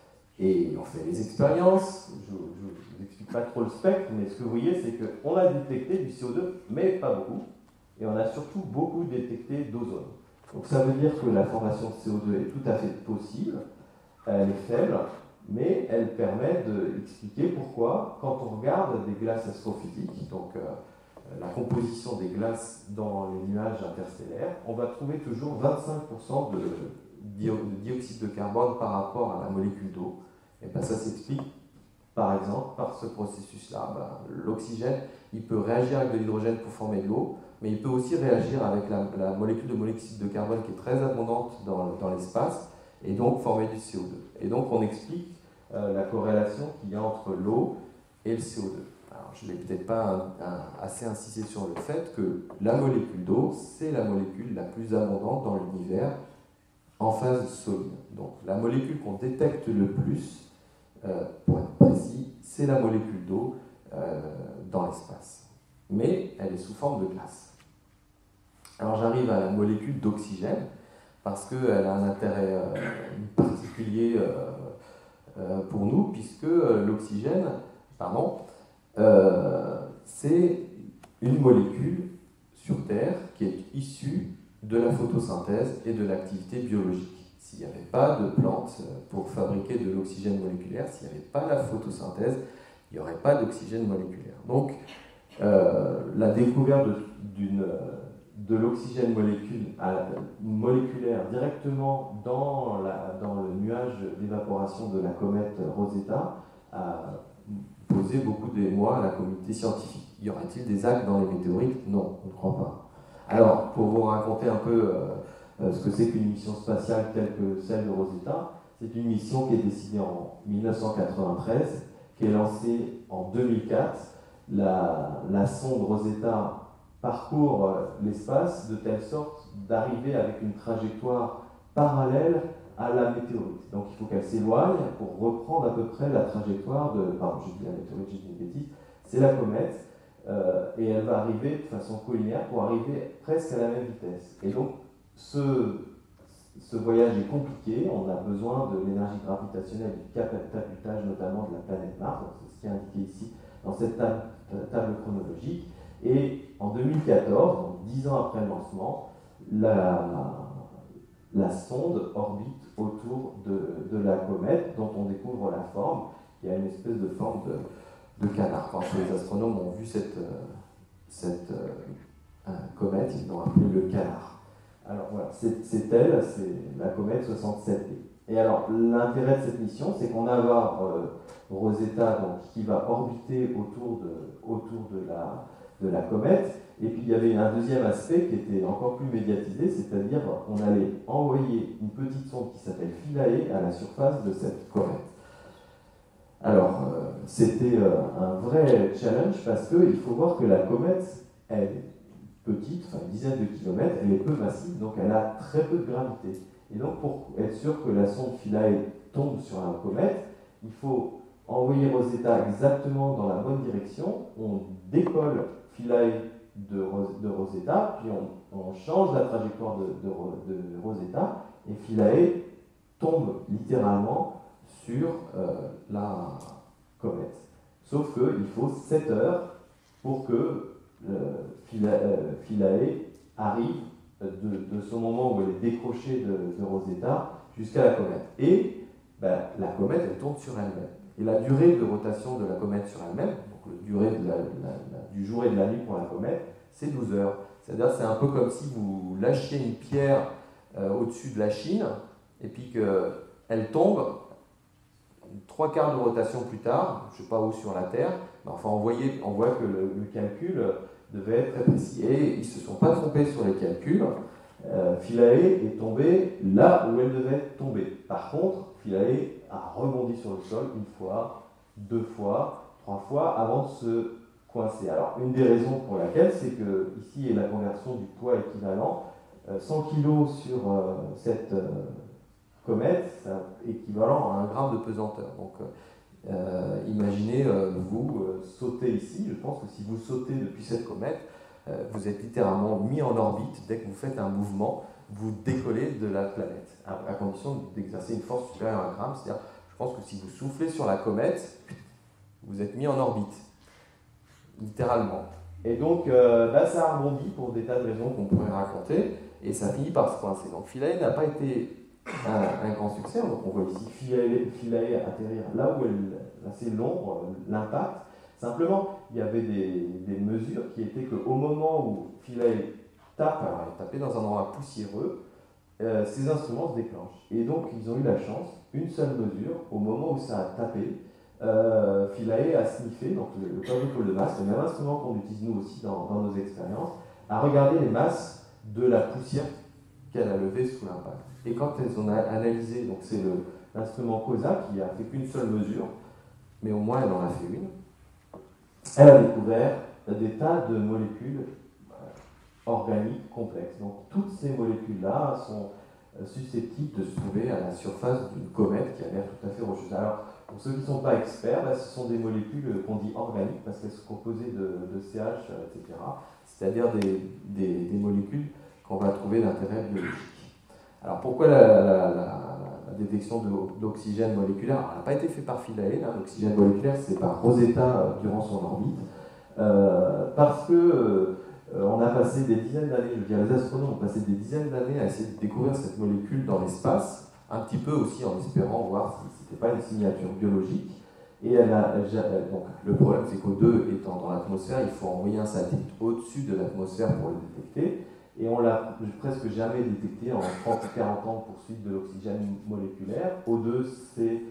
Et on fait les expériences, je ne vous explique pas trop le spectre, mais ce que vous voyez, c'est qu'on a détecté du C O deux, mais pas beaucoup, et on a surtout beaucoup détecté d'ozone. Donc ça veut dire que la formation de C O deux est tout à fait possible, elle est faible, mais elle permet d'expliquer pourquoi, quand on regarde des glaces astrophysiques, donc euh, la composition des glaces dans les nuages interstellaires, on va trouver toujours vingt-cinq pour cent de dioxyde de carbone par rapport à la molécule d'eau. Et bien ça s'explique, par exemple, par ce processus-là. Ben, l'oxygène, il peut réagir avec de l'hydrogène pour former de l'eau, mais il peut aussi réagir avec la, la molécule de monoxyde de carbone qui est très abondante dans, dans l'espace, et donc former du C O deux. Et donc on explique euh, la corrélation qu'il y a entre l'eau et le C O deux. Alors je ne vais peut-être pas un, un, assez insister sur le fait que la molécule d'eau, c'est la molécule la plus abondante dans l'univers en phase solide. Donc la molécule qu'on détecte le plus, euh, pour être précis, c'est la molécule d'eau euh, dans l'espace. Mais elle est sous forme de glace. Alors j'arrive à la molécule d'oxygène, parce qu'elle a un intérêt euh, particulier euh, euh, pour nous, puisque euh, l'oxygène, pardon, euh, c'est une molécule sur Terre qui est issue de la photosynthèse et de l'activité biologique. S'il n'y avait pas de plantes pour fabriquer de l'oxygène moléculaire, s'il n'y avait pas la photosynthèse, il n'y aurait pas d'oxygène moléculaire. Donc, euh, la découverte de, d'une de l'oxygène molécule, moléculaire directement dans, la, dans le nuage d'évaporation de la comète Rosetta a posé beaucoup d'émoi à la communauté scientifique. Y aurait-il des actes dans les météorites? Non, on ne croit pas. Alors, pour vous raconter un peu euh, ce que c'est qu'une mission spatiale telle que celle de Rosetta, c'est une mission qui est décidée en mille neuf cent quatre-vingt-treize, qui est lancée en deux mille quatre. La, la sonde Rosetta parcourt l'espace de telle sorte d'arriver avec une trajectoire parallèle à la météorite. Donc il faut qu'elle s'éloigne pour reprendre à peu près la trajectoire de... Pardon, je dis la météorite, j'ai dit une bêtise. C'est la comète, euh, et elle va arriver de façon collinéaire pour arriver presque à la même vitesse. Et donc ce, ce voyage est compliqué, on a besoin de l'énergie gravitationnelle du catapultage notamment de la planète Mars, c'est ce qui est indiqué ici dans cette table, table chronologique. Et en deux mille quatorze, donc dix ans après le lancement, la, la sonde orbite autour de, de la comète, dont on découvre la forme, qui a une espèce de forme de, de canard. Quand les astronomes ont vu cette, cette euh, comète, ils l'ont appelée le canard. Alors voilà, c'est, c'est elle, c'est la comète soixante-sept B. Et alors, l'intérêt de cette mission, c'est qu'on va avoir euh, Rosetta, donc, qui va orbiter autour de, autour de la de la comète, et puis il y avait un deuxième aspect qui était encore plus médiatisé, c'est-à-dire qu'on allait envoyer une petite sonde qui s'appelle Philae à la surface de cette comète. Alors, euh, c'était euh, un vrai challenge parce qu'il faut voir que la comète est petite, enfin une dizaine de kilomètres, elle est peu massive, donc elle a très peu de gravité. Et donc pour être sûr que la sonde Philae tombe sur la comète, il faut envoyer Rosetta exactement dans la bonne direction, on décolle Philae de, de Rosetta, puis on, on change la trajectoire de, de, de Rosetta, et Philae tombe littéralement sur euh, la comète. Sauf qu'il faut sept heures pour que euh, Philae, euh, Philae arrive de, de ce moment où elle est décrochée de, de Rosetta jusqu'à la comète. Et ben, la comète, elle tourne sur elle-même. Et la durée de rotation de la comète sur elle-même, donc la durée de la, la, la, du jour et de la nuit pour la comète, c'est douze heures. C'est-à-dire c'est un peu comme si vous lâchiez une pierre euh, au-dessus de la Chine, et puis qu'elle tombe, trois quarts de rotation plus tard, je ne sais pas où sur la Terre, mais enfin on, voyait, on voit que le, le calcul devait être très précis. Et ils ne se sont pas trompés sur les calculs. Euh, Philae est tombée là où elle devait tomber. Par contre, Philae a rebondi sur le sol une fois, deux fois, trois fois avant de se coincer. Alors, une des raisons pour laquelle, c'est que ici est la conversion du poids équivalent. cent kilos sur euh, cette euh, comète, c'est équivalent à un gramme de pesanteur. Donc, euh, imaginez euh, vous euh, sauter ici. Je pense que si vous sautez depuis cette comète, euh, vous êtes littéralement mis en orbite. Dès que vous faites un mouvement, vous décollez de la planète, à, à condition d'exercer une force supérieure à un gramme. C'est-à-dire, je pense que si vous soufflez sur la comète, vous êtes mis en orbite, littéralement. Et donc, euh, là, ça a rebondi pour des tas de raisons qu'on pourrait raconter, et ça finit par se coincer. Donc, Philae n'a pas été un, un grand succès. Donc, on voit ici Philae, Philae atterrir là où elle, là, c'est l'ombre, l'impact. Simplement, il y avait des, des mesures qui étaient qu'au moment où Philae tape, alors elle tapait dans un endroit poussiéreux, euh, ces instruments se déclenchent. Et donc, ils ont eu la chance, une seule mesure, au moment où ça a tapé, euh, Philae a sniffé, donc le, le quadruple de masse, le même instrument qu'on utilise nous aussi dans, dans nos expériences, a regardé les masses de la poussière qu'elle a levée sous l'impact. Et quand elles ont analysé, donc c'est l'instrument COSA qui a fait qu'une seule mesure, mais au moins elle en a fait une, elle a découvert des tas de molécules organiques complexes. Donc toutes ces molécules-là sont susceptibles de se trouver à la surface d'une comète qui a l'air tout à fait rocheuse. Alors, pour ceux qui ne sont pas experts, là, ce sont des molécules qu'on dit organiques parce qu'elles sont composées de, de C H, et cetera. C'est-à-dire des, des, des molécules qu'on va trouver d'intérêt biologique. Alors, pourquoi la, la, la, la détection d'oxygène moléculaire? Elle n'a pas été faite par Philae, l'oxygène moléculaire, c'est par Rosetta durant son orbite. Euh, parce que euh, on a passé des dizaines d'années, je veux dire, les astronomes ont passé des dizaines d'années à essayer de découvrir cette molécule dans l'espace, un petit peu aussi en espérant voir si ce n'était pas une signature biologique. Et elle a, elle, elle, donc, le problème, c'est qu'O deux étant dans l'atmosphère, il faut envoyer un satellite au-dessus de l'atmosphère pour le détecter. Et on l'a presque jamais détecté en trente ou quarante ans de poursuite de l'oxygène moléculaire. O deux, c'est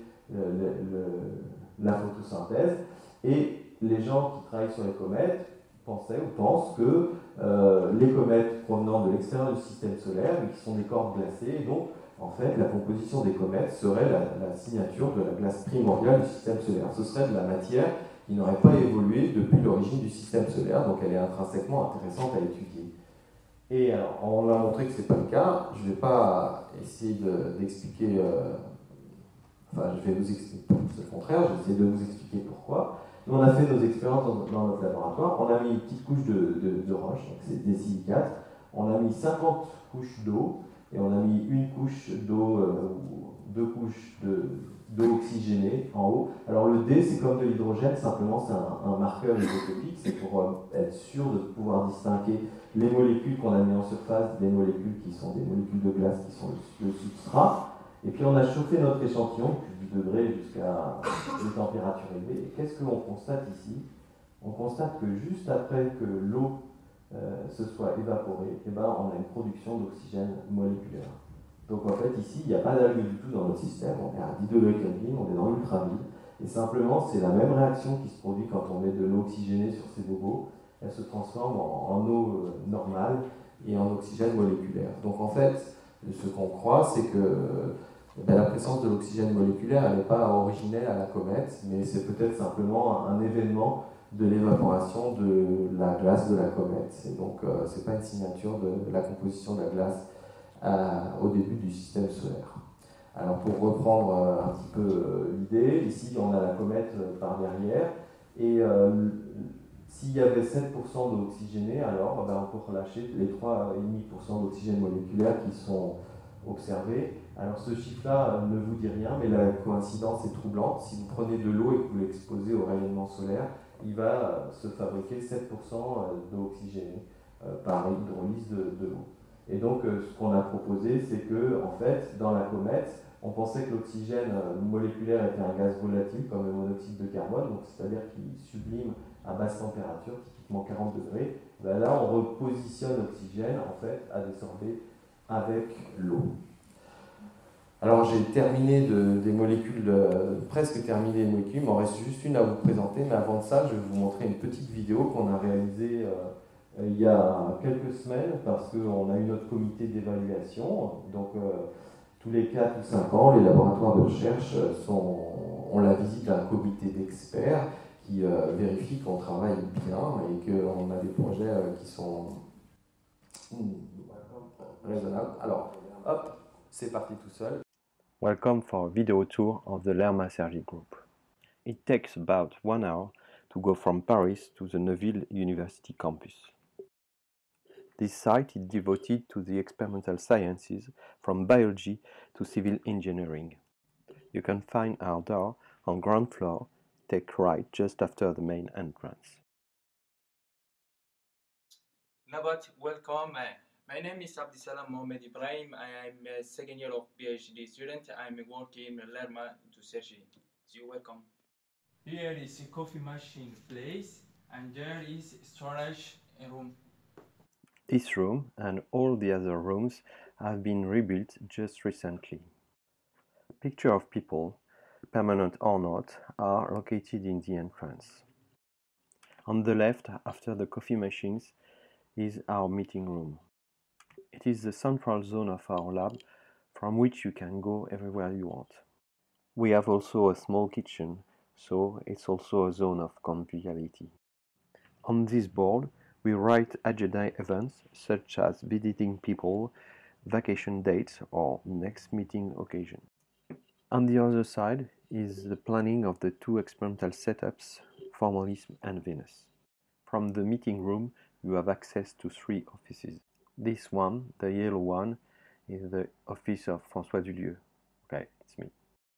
la photosynthèse. Et les gens qui travaillent sur les comètes pensaient ou pensent que euh, les comètes provenant de l'extérieur du système solaire, mais qui sont des corps glacés, et donc en fait la composition des comètes serait la, la signature de la glace primordiale du système solaire. Ce serait de la matière qui n'aurait pas évolué depuis l'origine du système solaire, donc elle est intrinsèquement intéressante à étudier. Et alors, on a montré que ce n'est pas le cas. Je ne vais pas essayer d'expliquer, de, euh, enfin je vais vous expliquer le contraire, je vais essayer de vous expliquer pourquoi. Nous, on a fait nos expériences dans, dans notre laboratoire. On a mis une petite couche de, de, de roche, donc c'est des silicates. On a mis cinquante couches d'eau et on a mis une couche d'eau, euh, deux couches d'eau oxygénée en haut. Alors le D, c'est comme de l'hydrogène, simplement c'est un, un marqueur isotopique. C'est pour euh, être sûr de pouvoir distinguer les molécules qu'on a mis en surface des molécules qui sont des molécules de glace qui sont le, le substrat. Et puis on a chauffé notre échantillon, degrés jusqu'à des températures élevées. Et qu'est-ce que l'on constate ici? On constate que juste après que l'eau euh, se soit évaporée, eh ben, on a une production d'oxygène moléculaire. Donc en fait, ici, il n'y a pas d'algue du tout dans notre système. On est à dix degrés Kelvin, on est dans l'ultravide. Et simplement, c'est la même réaction qui se produit quand on met de l'eau oxygénée sur ces bobos. Elle se transforme en, en eau euh, normale et en oxygène moléculaire. Donc en fait, ce qu'on croit, c'est que ben, la présence de l'oxygène moléculaire, elle n'est pas originelle à la comète, mais c'est peut-être simplement un, un événement de l'évaporation de la glace de la comète. Et donc, euh, ce n'est pas une signature de la composition de la glace à, au début du système solaire. Alors, pour reprendre euh, un petit peu euh, l'idée, ici, on a la comète euh, par derrière, et euh, s'il y avait sept pour cent d'eau oxygénée, alors ben, on peut relâcher les trois virgule cinq pour cent d'oxygène moléculaire qui sont observés. Alors ce chiffre-là ne vous dit rien, mais la coïncidence est troublante. Si vous prenez de l'eau et que vous l'exposez au rayonnement solaire, il va se fabriquer sept pour cent d'eau oxygénée par hydrolyse de, de l'eau. Et donc ce qu'on a proposé, c'est que en fait, dans la comète, on pensait que l'oxygène moléculaire était un gaz volatile comme le monoxyde de carbone, donc c'est-à-dire qu'il sublime à basse température, typiquement quarante degrés. Ben là, on repositionne l'oxygène en fait à des sorbets avec l'eau. Alors j'ai terminé de, des molécules, euh, presque terminé les molécules, il m'en reste juste une à vous présenter, mais avant de ça, je vais vous montrer une petite vidéo qu'on a réalisée euh, il y a quelques semaines, parce qu'on a eu notre comité d'évaluation. Donc euh, Tous les quatre ou cinq ans, les laboratoires de recherche sont, ont la visite d'un comité d'experts qui euh, vérifie qu'on travaille bien et qu'on a des projets euh, qui sont raisonnables. Alors, hop, c'est parti tout seul. Welcome for a video tour of the Lerma Sergi Group. It takes about one hour to go from Paris to the Neuville University campus. This site is devoted to the experimental sciences from biology to civil engineering. You can find our door on ground floor, take right just after the main entrance. Nabat, welcome. My name is Abdisalam Mohamed Ibrahim. I am a second year of PhD student. I'm working in Lerma to Sergi. So welcome. Here is a coffee machine place, and there is storage room. This room and all the other rooms have been rebuilt just recently. Pictures of people, permanent or not, are located in the entrance. On the left, after the coffee machines, is our meeting room. It is the central zone of our lab, from which you can go everywhere you want. We have also a small kitchen, so it's also a zone of conviviality. On this board, we write agenda events such as visiting people, vacation dates, or next meeting occasion. On the other side is the planning of the two experimental setups, Formalism and Venus. From the meeting room, you have access to three offices. This one, the yellow one, is the office of François Dulieu. Okay, it's me.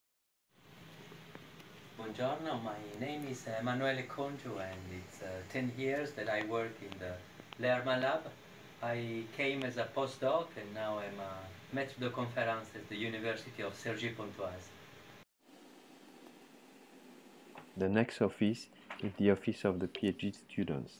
Buongiorno, my name is Emanuele Congiu and it's uh, ten years that I work in the Lerma lab. I came as a postdoc and now I'm a maître de conférence at the University of Cergy-Pontoise. The next office is the office of the PhD students.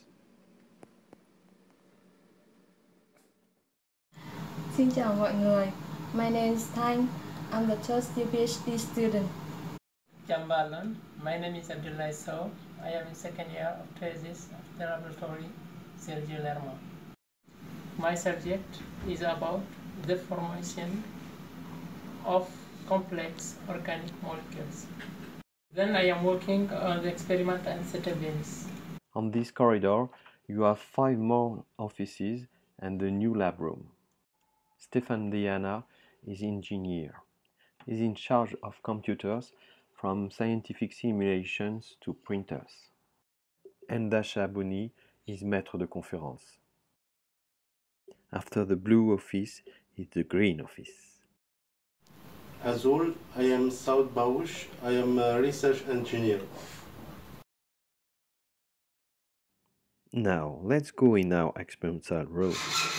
Xin chào mọi người, my name is Thanh, I'm the third year PhD student. Jambalan, my name is Abdullah Sow, I am in second year of thesis of the laboratory Sergi Lerma. My subject is about the formation of complex organic molecules. Then I am working on the experiment and setup Venus. On this corridor, you have five more offices and the new lab room. Stefan Diana is engineer. He's in charge of computers from scientific simulations to printers. Enda Chaboni is maître de conférence. After the blue office is the green office. Azul, I am Saud Baush, I am a research engineer. Now, let's go in our experimental room.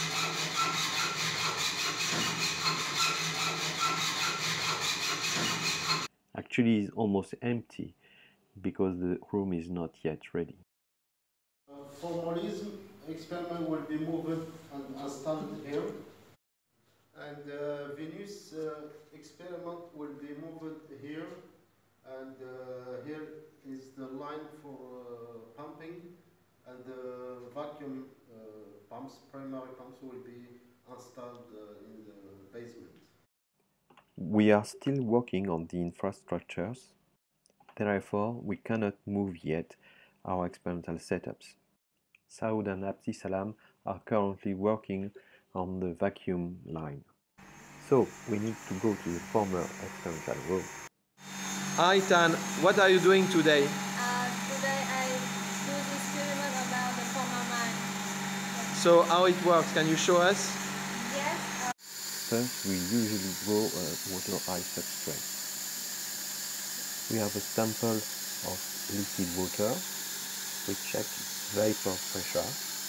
Actually, it's almost empty because the room is not yet ready. Uh, formalism experiment will be moved and installed here. And uh, Venus uh, experiment will be moved here. And uh, here is the line for uh, pumping. And the vacuum uh, pumps, primary pumps, will be installed uh, in the basement. We are still working on the infrastructures, therefore we cannot move yet our experimental setups. Saud and Abdisalam are currently working on the vacuum line. So we need to go to the former experimental room. Hi Tan, what are you doing today? Uh, today I do this experiment about the former mine. So how it works, can you show us? Yes. Uh, First, we usually grow a water ice substrate. We have a sample of liquid water. We check its vapor pressure.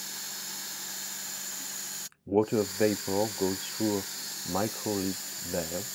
Water vapor goes through a microlith valve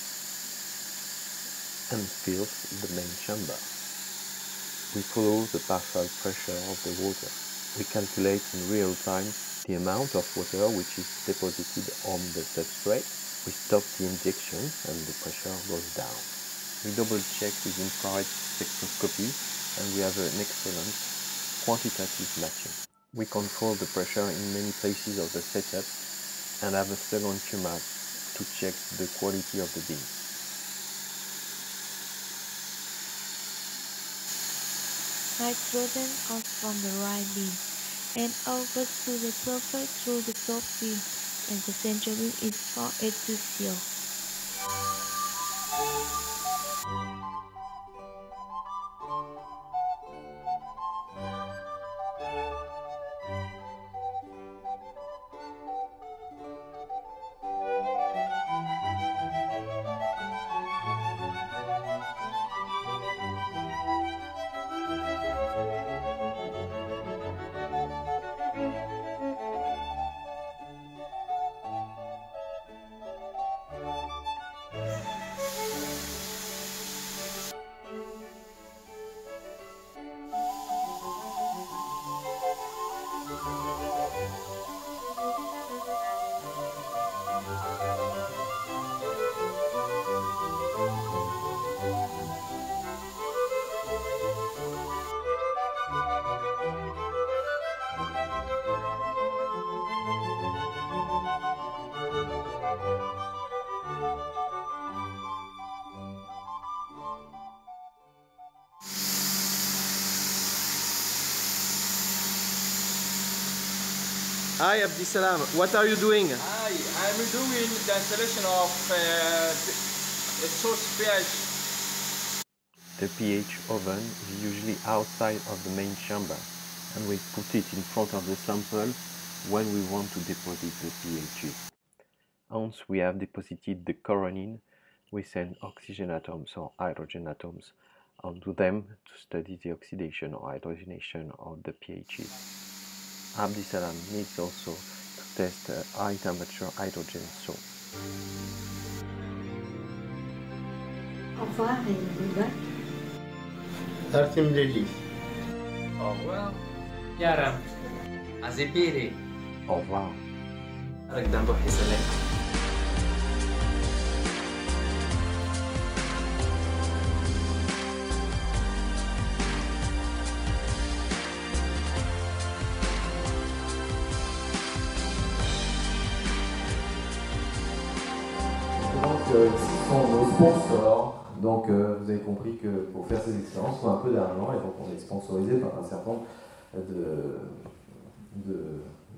and fills the main chamber. We follow the partial pressure of the water. We calculate in real time the amount of water which is deposited on the substrate. We stop the injection and the pressure goes down. We double check with infrared spectroscopy and we have an excellent quantitative matching. We control the pressure in many places of the setup and have a second camera to check the quality of the bean. Nitrogen comes from the rye bean and offers to the sulfur through the soft bean, and the centrobean is for it to seal. Hi Abdisalam, what are you doing? Hi, I'm doing the installation of uh, a source pH. The pH oven is usually outside of the main chamber, and we put it in front of the sample when we want to deposit the pHs. Once we have deposited the coronin, we send oxygen atoms or hydrogen atoms onto them to study the oxidation or hydrogenation of the pHs. Abdisalam needs also to test a high temperature hydrogen source. Au revoir et goodbye. thirty milliliters. Au revoir. Yaram. Azipiri. Au revoir. Ragdan Buhi Salam. Donc, euh, ce sont nos sponsors. Donc, euh, vous avez compris que pour faire ces expériences, il faut un peu d'argent, et donc on est sponsorisé par un certain nombre de, de,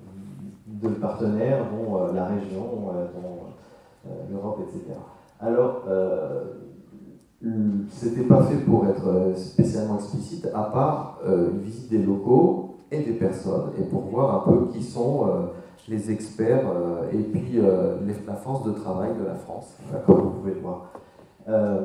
de partenaires, dont euh, la région, euh, dont euh, l'Europe, et cetera. Alors, euh, c'était pas fait pour être spécialement explicite, à part euh, une visite des locaux et des personnes, et pour voir un peu qui sont euh, les experts euh, et puis euh, les, la force de travail de la France, comme vous pouvez le voir, euh,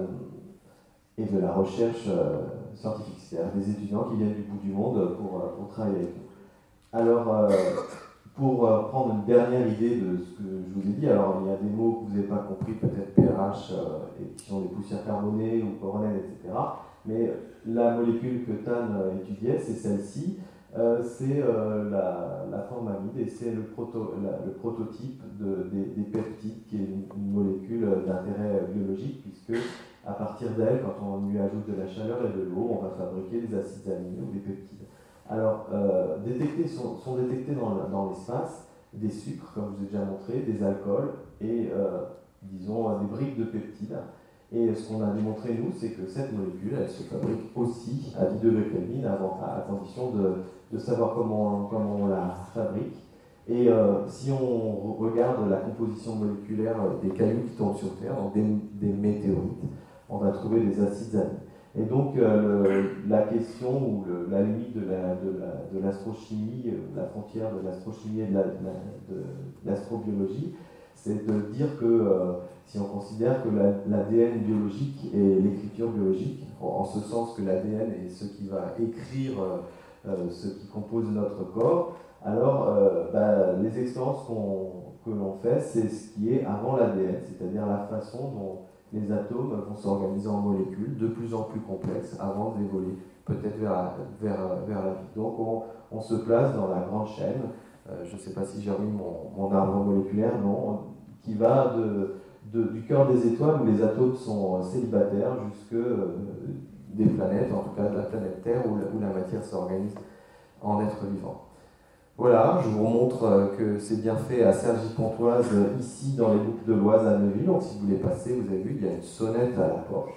et de la recherche euh, scientifique, c'est-à-dire des étudiants qui viennent du bout du monde pour, pour travailler avec nous. Alors, euh, pour euh, prendre une dernière idée de ce que je vous ai dit, alors il y a des mots que vous n'avez pas compris, peut-être P R H, euh, et qui sont des poussières carbonées ou coronelles, et cetera. Mais la molécule que Tan étudiait, c'est celle-ci. Euh, c'est euh, la, la formamide, et c'est le, proto, la, le prototype de, des, des peptides, qui est une, une molécule d'intérêt biologique, puisque à partir d'elle, quand on lui ajoute de la chaleur et de l'eau, on va fabriquer des acides aminés ou des peptides. Alors, euh, détectés, sont, sont détectés dans, dans l'espace des sucres, comme je vous ai déjà montré, des alcools et, euh, disons, des briques de peptides. Et ce qu'on a démontré, nous, c'est que cette molécule, elle se fabrique aussi à dix degrés Kelvin, à condition de, de savoir comment, comment on la fabrique. Et euh, si on regarde la composition moléculaire des cailloux qui tombent sur Terre, donc des, des météorites, on va trouver des acides aminés. Et donc, euh, le, la question, ou le, la limite de l'astrochimie, la, de la, de la frontière de l'astrochimie et de l'astrobiologie, c'est de dire que euh, si on considère que l'A D N biologique est l'écriture biologique, en, en ce sens que l'A D N est ce qui va écrire euh, ce qui compose notre corps, alors euh, bah, les expériences qu'on, que l'on fait, c'est ce qui est avant l'A D N, c'est-à-dire la façon dont les atomes vont s'organiser en molécules de plus en plus complexes avant d'évoluer peut-être vers, vers, vers la vie. Donc on, on se place dans la grande chaîne, euh, je ne sais pas si j'ai remis mon, mon arbre moléculaire, non, qui va de, de, du cœur des étoiles où les atomes sont célibataires jusque euh, des planètes, en tout cas de la planète Terre où la, où la matière s'organise en êtres vivants. Voilà, je vous montre que c'est bien fait à Cergy-Pontoise, ici dans les boucles de l'Oise à Neuville. Donc si vous voulez passer, vous avez vu, il y a une sonnette à la porte.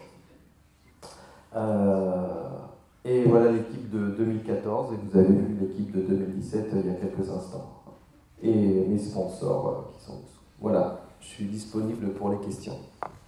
Euh, et voilà l'équipe de deux mille quatorze, et vous avez vu l'équipe de deux mille dix-sept il y a quelques instants. Et mes sponsors euh, qui sont dessous. Voilà, je suis disponible pour les questions.